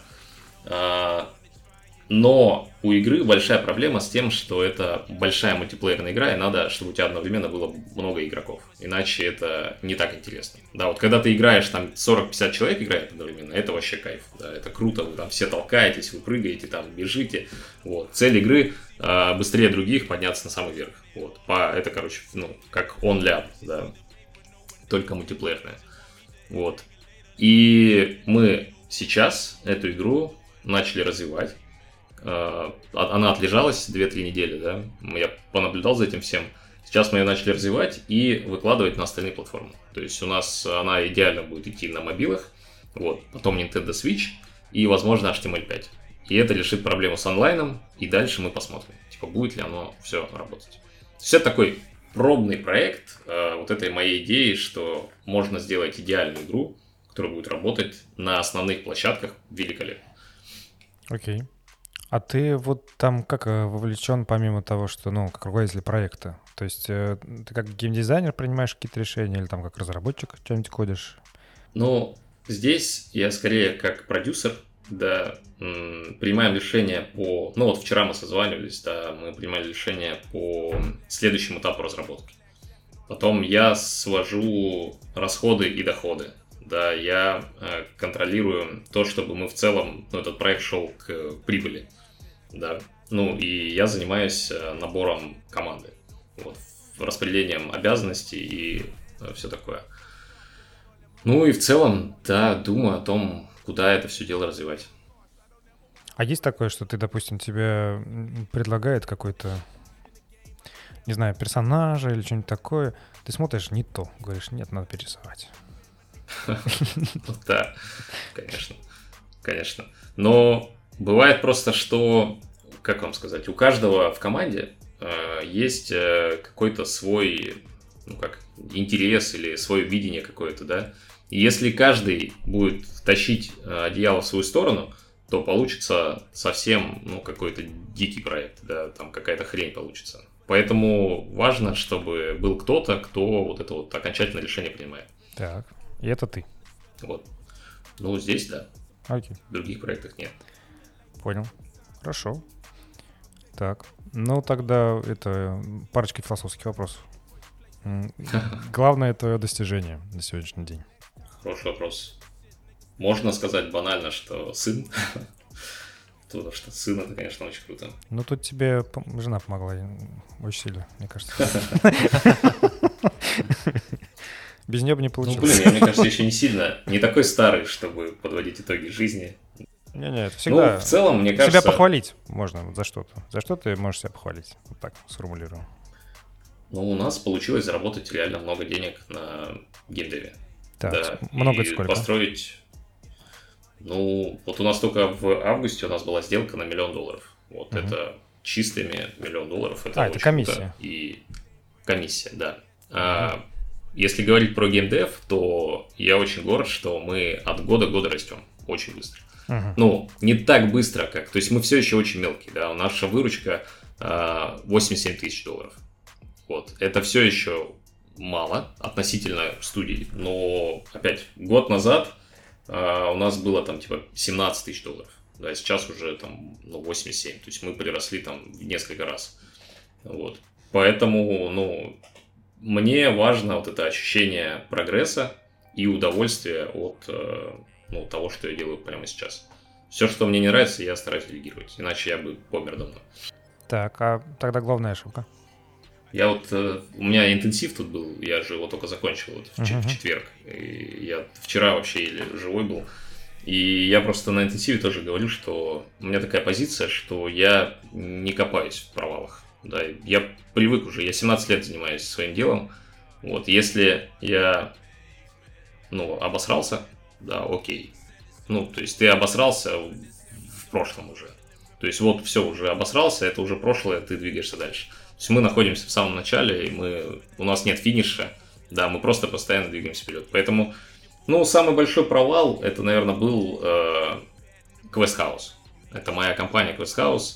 Но у игры большая проблема с тем, что это большая мультиплеерная игра, и надо, чтобы у тебя одновременно было много игроков. Иначе это не так интересно. Да, вот когда ты играешь, там сорок-пятьдесят человек играет одновременно, это вообще кайф. Да, это круто, вы там все толкаетесь, вы прыгаете, там бежите. Вот. Цель игры э, быстрее других подняться на самый верх. Вот. По, это, короче, ну, как OnLab, да. Только мультиплеерная. Вот. И мы сейчас эту игру начали развивать. Она отлежалась две-три недели, да. Я понаблюдал за этим всем. Сейчас мы ее начали развивать и выкладывать на остальные платформы. То есть у нас она идеально будет идти на мобилах. Вот. Потом Nintendo Switch и, возможно, эйч ти эм эль пять. И это решит проблему с онлайном, и дальше мы посмотрим, типа, будет ли оно все работать. То есть это такой пробный проект э, вот этой моей идеи, что можно сделать идеальную игру, которая будет работать на основных площадках великолепно. Окей. А ты вот там как вовлечен, помимо того, что, ну, как руководитель проекта? То есть э, ты как геймдизайнер принимаешь какие-то решения или там как разработчик что-нибудь кодишь? Ну, здесь я скорее как продюсер, да, м, принимаем решения по... Ну, вот вчера мы созванивались, да, мы принимали решения по следующему этапу разработки. Потом я свожу расходы и доходы. Да, я э, контролирую то, чтобы мы в целом, ну, этот проект шел к прибыли. Да. Ну, и я занимаюсь э, набором команды, вот, распределением обязанностей и э, все такое. Ну и в целом, да, думаю о том, куда это все дело развивать. А есть такое, что ты, допустим, тебе предлагает какой-то, не знаю, персонажа или что-нибудь такое, ты смотришь не то, говоришь, нет, надо перерисовать. Да, конечно, конечно. Но бывает просто, что, как вам сказать, у каждого в команде э, есть э, какой-то свой, ну как, интерес или свое видение какое-то, да. И если каждый будет тащить одеяло в свою сторону, то получится совсем, ну, какой-то дикий проект, да, там какая-то хрень получится. Поэтому важно, чтобы был кто-то, кто вот это вот окончательное решение принимает. Так. И это ты. Вот. Ну, здесь да. Окей. В других проектах нет. Понял. Хорошо. Так. Ну, тогда это парочка философских вопросов. Главное твое достижение на сегодняшний день. Хороший вопрос. Можно сказать банально, что сын. Потому что сын — это, конечно, очень круто. Ну, тут тебе жена помогла очень сильно, мне кажется. Без нее бы не получилось. Ну, блин, я, мне кажется, еще не сильно, не такой старый, чтобы подводить итоги жизни. Не-не, это всегда... Ну, в целом, мне кажется... Себя похвалить можно вот за что-то. За что ты можешь себя похвалить? Вот так сформулирую. Ну, у нас получилось заработать реально много денег на геймдеве. Так, да, много и это сколько? Построить... Ну, вот у нас только в августе у нас была сделка на миллион долларов. Вот, угу. Это чистыми миллион долларов. Это а, это комиссия. Круто. И комиссия, да. Угу. А, если говорить про геймдев, то я очень горд, что мы от года к году растем. Очень быстро. Uh-huh. Ну, не так быстро, как... То есть мы все еще очень мелкие, да. Наша выручка э, восемьдесят семь тысяч долларов. Вот. Это все еще мало относительно студии. Но, опять, год назад э, у нас было там типа семнадцать тысяч долларов. Да, сейчас уже там ну, восемьдесят семь. То есть мы приросли там в несколько раз. Вот. Поэтому, ну... Мне важно вот это ощущение прогресса и удовольствия от ну, того, что я делаю прямо сейчас. Все, что мне не нравится, я стараюсь делегировать, иначе я бы помер давно. Так, а тогда главная ошибка? Я вот, у меня интенсив тут был, я же его только закончил вот в, uh-huh. в четверг. И я вчера вообще еле живой был. И я просто на интенсиве тоже говорю, что у меня такая позиция, что я не копаюсь в провалах. Да, я привык уже, я семнадцать лет занимаюсь своим делом. Вот, если я, ну, обосрался, да, окей. Ну, то есть ты обосрался в, в прошлом уже. То есть вот все, уже обосрался, это уже прошлое, ты двигаешься дальше. То есть мы находимся в самом начале, и мы, у нас нет финиша, да, мы просто постоянно двигаемся вперед. Поэтому, ну, самый большой провал, это, наверное, был э, Quest House. Это моя компания Quest House.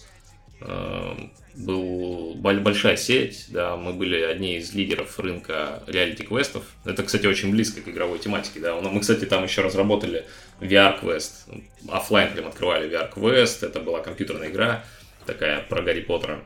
Э, Был большая сеть, да, мы были одни из лидеров рынка реалити-квестов. Это, кстати, очень близко к игровой тематике, да. Мы, кстати, там еще разработали ви ар-квест. Оффлайн прям открывали ви ар-квест. Это была компьютерная игра такая про Гарри Поттера.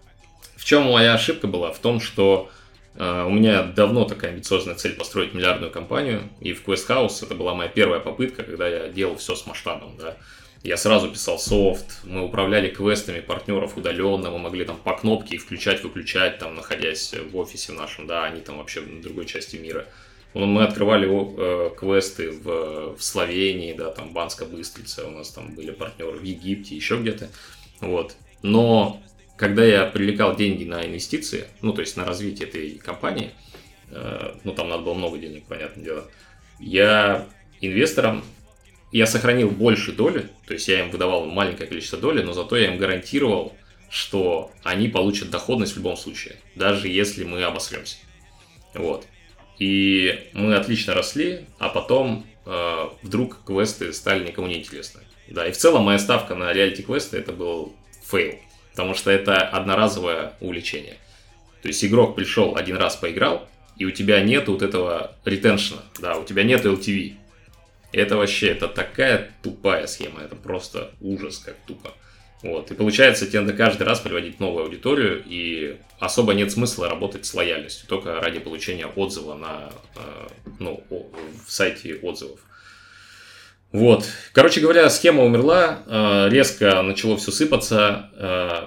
В чем моя ошибка была? В том, что э, у меня давно такая амбициозная цель построить миллиардную компанию. И в Quest House это была моя первая попытка, когда я делал все с масштабом, да. Я сразу писал софт, мы управляли квестами партнеров удаленно, мы могли там по кнопке их включать-выключать, там, находясь в офисе в нашем, да, они там вообще на другой части мира. Мы открывали э, квесты в, в Словении, да, там Банска Быстрица, у нас там были партнеры в Египте, еще где-то, вот. Но когда я привлекал деньги на инвестиции, ну, то есть на развитие этой компании, э, ну, там надо было много денег, понятное дело, я инвесторам я сохранил больше доли, то есть я им выдавал маленькое количество доли, но зато я им гарантировал, что они получат доходность в любом случае, даже если мы обосремся. Вот. И мы отлично росли, а потом э, вдруг квесты стали никому не интересны. Да, и в целом моя ставка на реалити-квесты это был фейл, потому что это одноразовое увлечение. То есть игрок пришел один раз поиграл, и у тебя нет вот этого ретеншена, да, у тебя нет эл ти ви. Это вообще, это такая тупая схема, это просто ужас, как тупо. Вот. И получается, тебе надо каждый раз приводить новую аудиторию, и особо нет смысла работать с лояльностью, только ради получения отзыва на, ну, в сайте отзывов. Вот. Короче говоря, схема умерла, резко начало все сыпаться.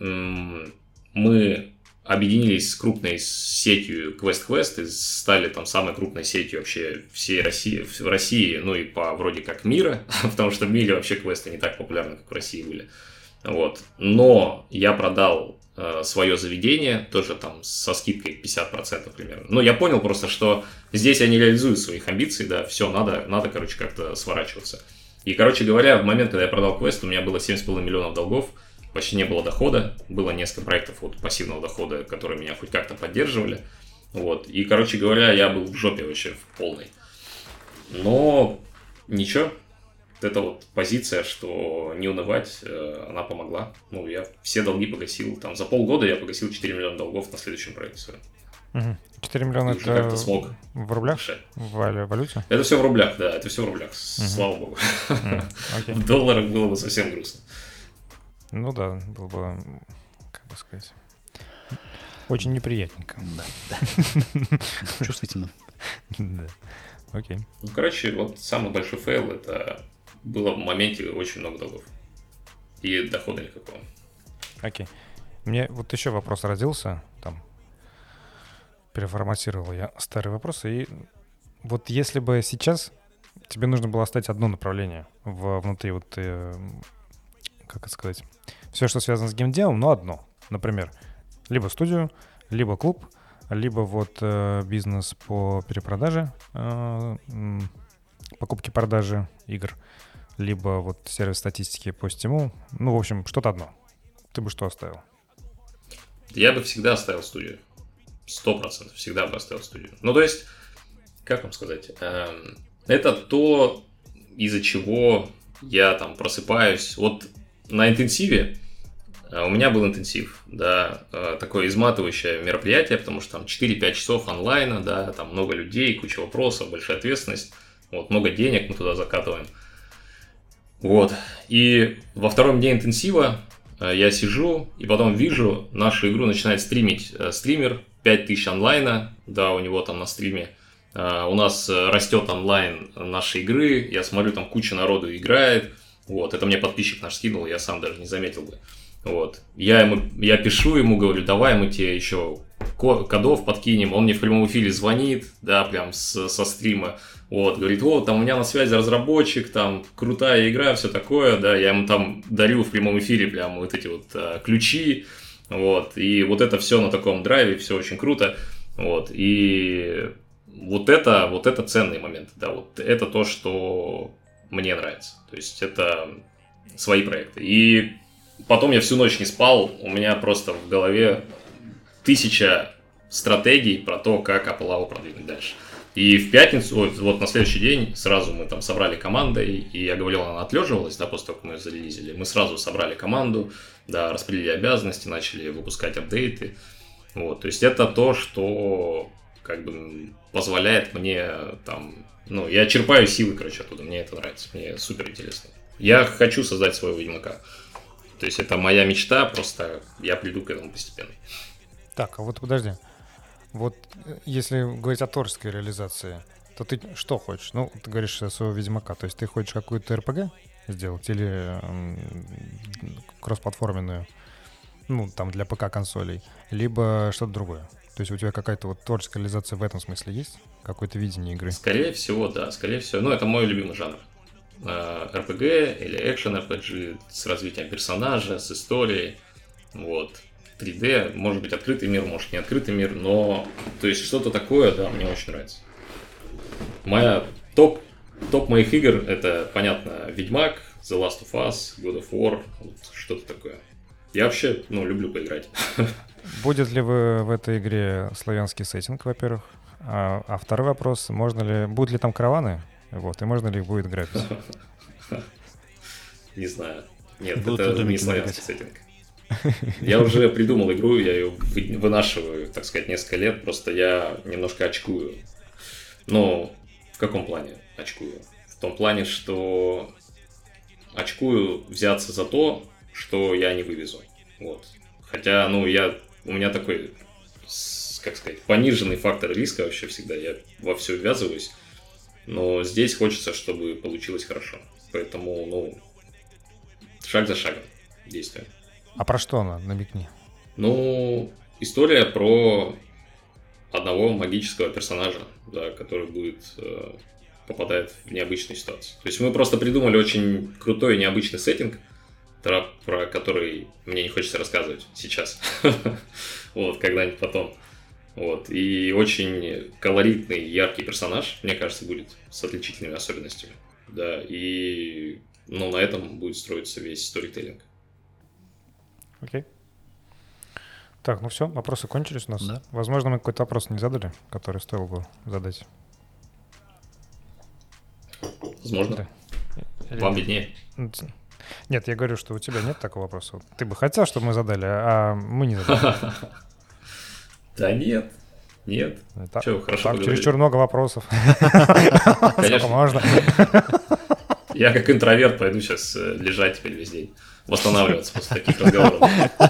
Мы объединились с крупной сетью Quest Quest и стали там самой крупной сетью вообще всей России, в России, ну и по вроде как мира, потому что в мире вообще квесты не так популярны, как в России были. Вот. Но я продал э, свое заведение, тоже там со скидкой пятьдесят процентов примерно. Но я понял просто, что здесь я не реализую своих амбиций, да, все, надо, надо, короче, как-то сворачиваться. И, короче говоря, в момент, когда я продал квест, у меня было семь с половиной миллионов долгов, почти не было дохода, было несколько проектов вот, пассивного дохода, которые меня хоть как-то поддерживали. Вот. И, короче говоря, я был в жопе вообще в полной. Но ничего. Это вот позиция, что не унывать, она помогла. Ну, я все долги погасил. Там за полгода я погасил четыре миллиона долгов на следующем проекте своем. Угу. четыре миллиона это как-то смог в рублях? Решать. В валюте? Это все в рублях, да, это все в рублях, угу. Слава богу. Угу. Okay. В долларах было бы совсем грустно. Ну да, было бы, как бы сказать, очень неприятненько. Да. Чувствительно. Да. Окей. Ну, короче, вот самый большой фейл — это было в моменте очень много долгов. И дохода никакого. Окей. Мне вот еще вопрос родился, там, переформатировал я старые вопросы, и вот если бы сейчас тебе нужно было оставить одно направление в, внутри вот, э, как это сказать, все, что связано с геймдевом, но одно. Например, либо студию, либо клуб, либо вот э, бизнес по перепродаже, э, покупке-продаже игр, либо вот сервис статистики по Steam. Ну, в общем, что-то одно. Ты бы что оставил? Я бы всегда оставил студию. Сто процентов всегда бы оставил студию. Ну, то есть, как вам сказать, эм, это то, из-за чего я там просыпаюсь. Вот на интенсиве у меня был интенсив, да, такое изматывающее мероприятие, потому что там четыре-пять часов онлайна, да, там много людей, куча вопросов, большая ответственность, вот, много денег мы туда закатываем. Вот, и во втором дне интенсива я сижу, и потом вижу, нашу игру начинает стримить стример, пять тысяч онлайна, да, у него там на стриме. У нас растет онлайн нашей игры, я смотрю, там куча народу играет, вот, это мне подписчик наш скинул, я сам даже не заметил бы. Вот. Я, ему, я пишу ему, говорю, давай мы тебе еще кодов подкинем. Он мне в прямом эфире звонит, да, прям с, со стрима. Вот, говорит, вот, там у меня на связи разработчик, там крутая игра, все такое, да. Я ему там дарю в прямом эфире прям вот эти вот а, ключи. Вот. И вот это все на таком драйве, все очень круто. Вот. И вот это, вот это ценные моменты, да. Вот это то, что мне нравится. То есть это свои проекты. И потом я всю ночь не спал, у меня просто в голове тысяча стратегий про то, как Apollo продвинуть дальше. И в пятницу, вот, вот на следующий день, сразу мы там собрали командой, и я говорил, она отлеживалась, да, после того, как мы ее зарелизили. Мы сразу собрали команду, да, распределили обязанности, начали выпускать апдейты. Вот, то есть это то, что как бы позволяет мне там, ну, я черпаю силы, короче, оттуда, мне это нравится, мне супер интересно. Я хочу создать своего Ведьмака. То есть это моя мечта, просто я приду к этому постепенно. Так, а вот подожди. Вот если говорить о творческой реализации, то ты что хочешь? Ну, ты говоришь своего Ведьмака, то есть ты хочешь какую-то эр пи джи сделать или м- кроссплатформенную, ну, там для ПК-консолей, либо что-то другое? То есть у тебя какая-то вот творческая реализация в этом смысле есть? Какое-то видение игры? Скорее всего, да, скорее всего. Ну, это мой любимый жанр. эр пи джи или экшен эр пи джи с развитием персонажа, с историей, вот, три дэ, может быть открытый мир, может не открытый мир, но, то есть что-то такое, да, мне очень нравится. Моя топ Топ моих игр — это, понятно, Ведьмак, The Last of Us, God of War, вот что-то такое. Я вообще, ну, люблю поиграть. Будет ли вы в этой игре славянский сеттинг, во-первых? А, а второй вопрос, можно ли, будут ли там караваны? Вот, и можно ли их будет грабить? Не знаю. Нет, это не славянский сеттинг. Я уже придумал игру, я ее вынашиваю, так сказать, несколько лет, просто я немножко очкую. Но в каком плане очкую? В том плане, что очкую взяться за то, что я не вывезу. Вот. Хотя, ну, я, у меня такой, как сказать, пониженный фактор риска вообще всегда, я во все ввязываюсь. Но здесь хочется, чтобы получилось хорошо. Поэтому, ну, шаг за шагом действуем. А про что она? Намекни. Ну, история про одного магического персонажа, да, который будет э, попадает в необычную ситуацию. То есть мы просто придумали очень крутой необычный сеттинг, про, про который мне не хочется рассказывать сейчас. Вот, когда-нибудь потом. Вот. И очень колоритный, яркий персонаж, мне кажется, будет с отличительными особенностями. Да, и ну, на этом будет строиться весь сторителлинг. Окей. Так, ну все, вопросы кончились у нас. Да. Возможно, мы какой-то вопрос не задали, который стоило бы задать. Возможно. Да. Или... Вам виднее. Нет, я говорю, что у тебя нет такого вопроса. Ты бы хотел, чтобы мы задали, а мы не задали. Да нет, нет. Так, Че, хорошо так поговорили. чересчур много вопросов. Конечно. Можно. Я как интроверт пойду сейчас лежать теперь весь день. Восстанавливаться после таких разговоров.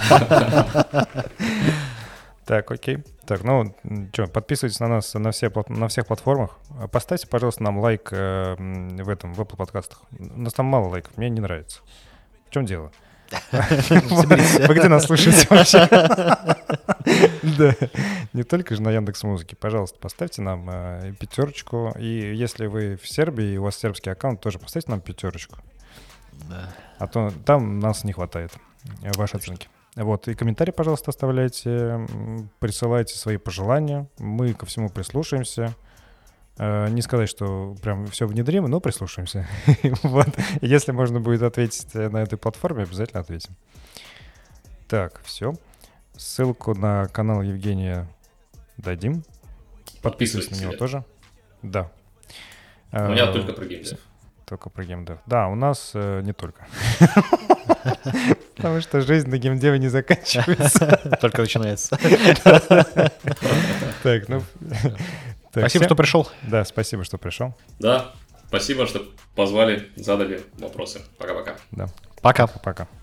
Так, окей. Так, ну, что, подписывайтесь на нас на, все, на всех платформах. Поставьте, пожалуйста, нам лайк э, в этом, в Apple подкастах. У нас там мало лайков, мне не нравится. В чем дело? Вы где нас слышите вообще? Да. Не только же на Яндекс.Музыке. Пожалуйста, поставьте нам пятерочку. И если вы в Сербии, и у вас сербский аккаунт, тоже поставьте нам пятерочку. Да. А то там нас не хватает, вашей оценки. Вот, и комментарии, пожалуйста, оставляйте, присылайте свои пожелания, мы ко всему прислушаемся. Не сказать, что прям все внедрим, но прислушаемся. Вот. Если можно будет ответить на этой платформе, обязательно ответим. Так, все. Ссылку на канал Евгения дадим. Подписывайтесь на него тоже. Да. У меня только про геймдев. Только про геймдев. Да, у нас э, не только. Потому что жизнь на геймдеве не заканчивается. Только начинается. Так, ну... Спасибо, что пришел. Да, спасибо, что пришел. Да, спасибо, что позвали, задали вопросы. Пока-пока. Да. Пока. Пока.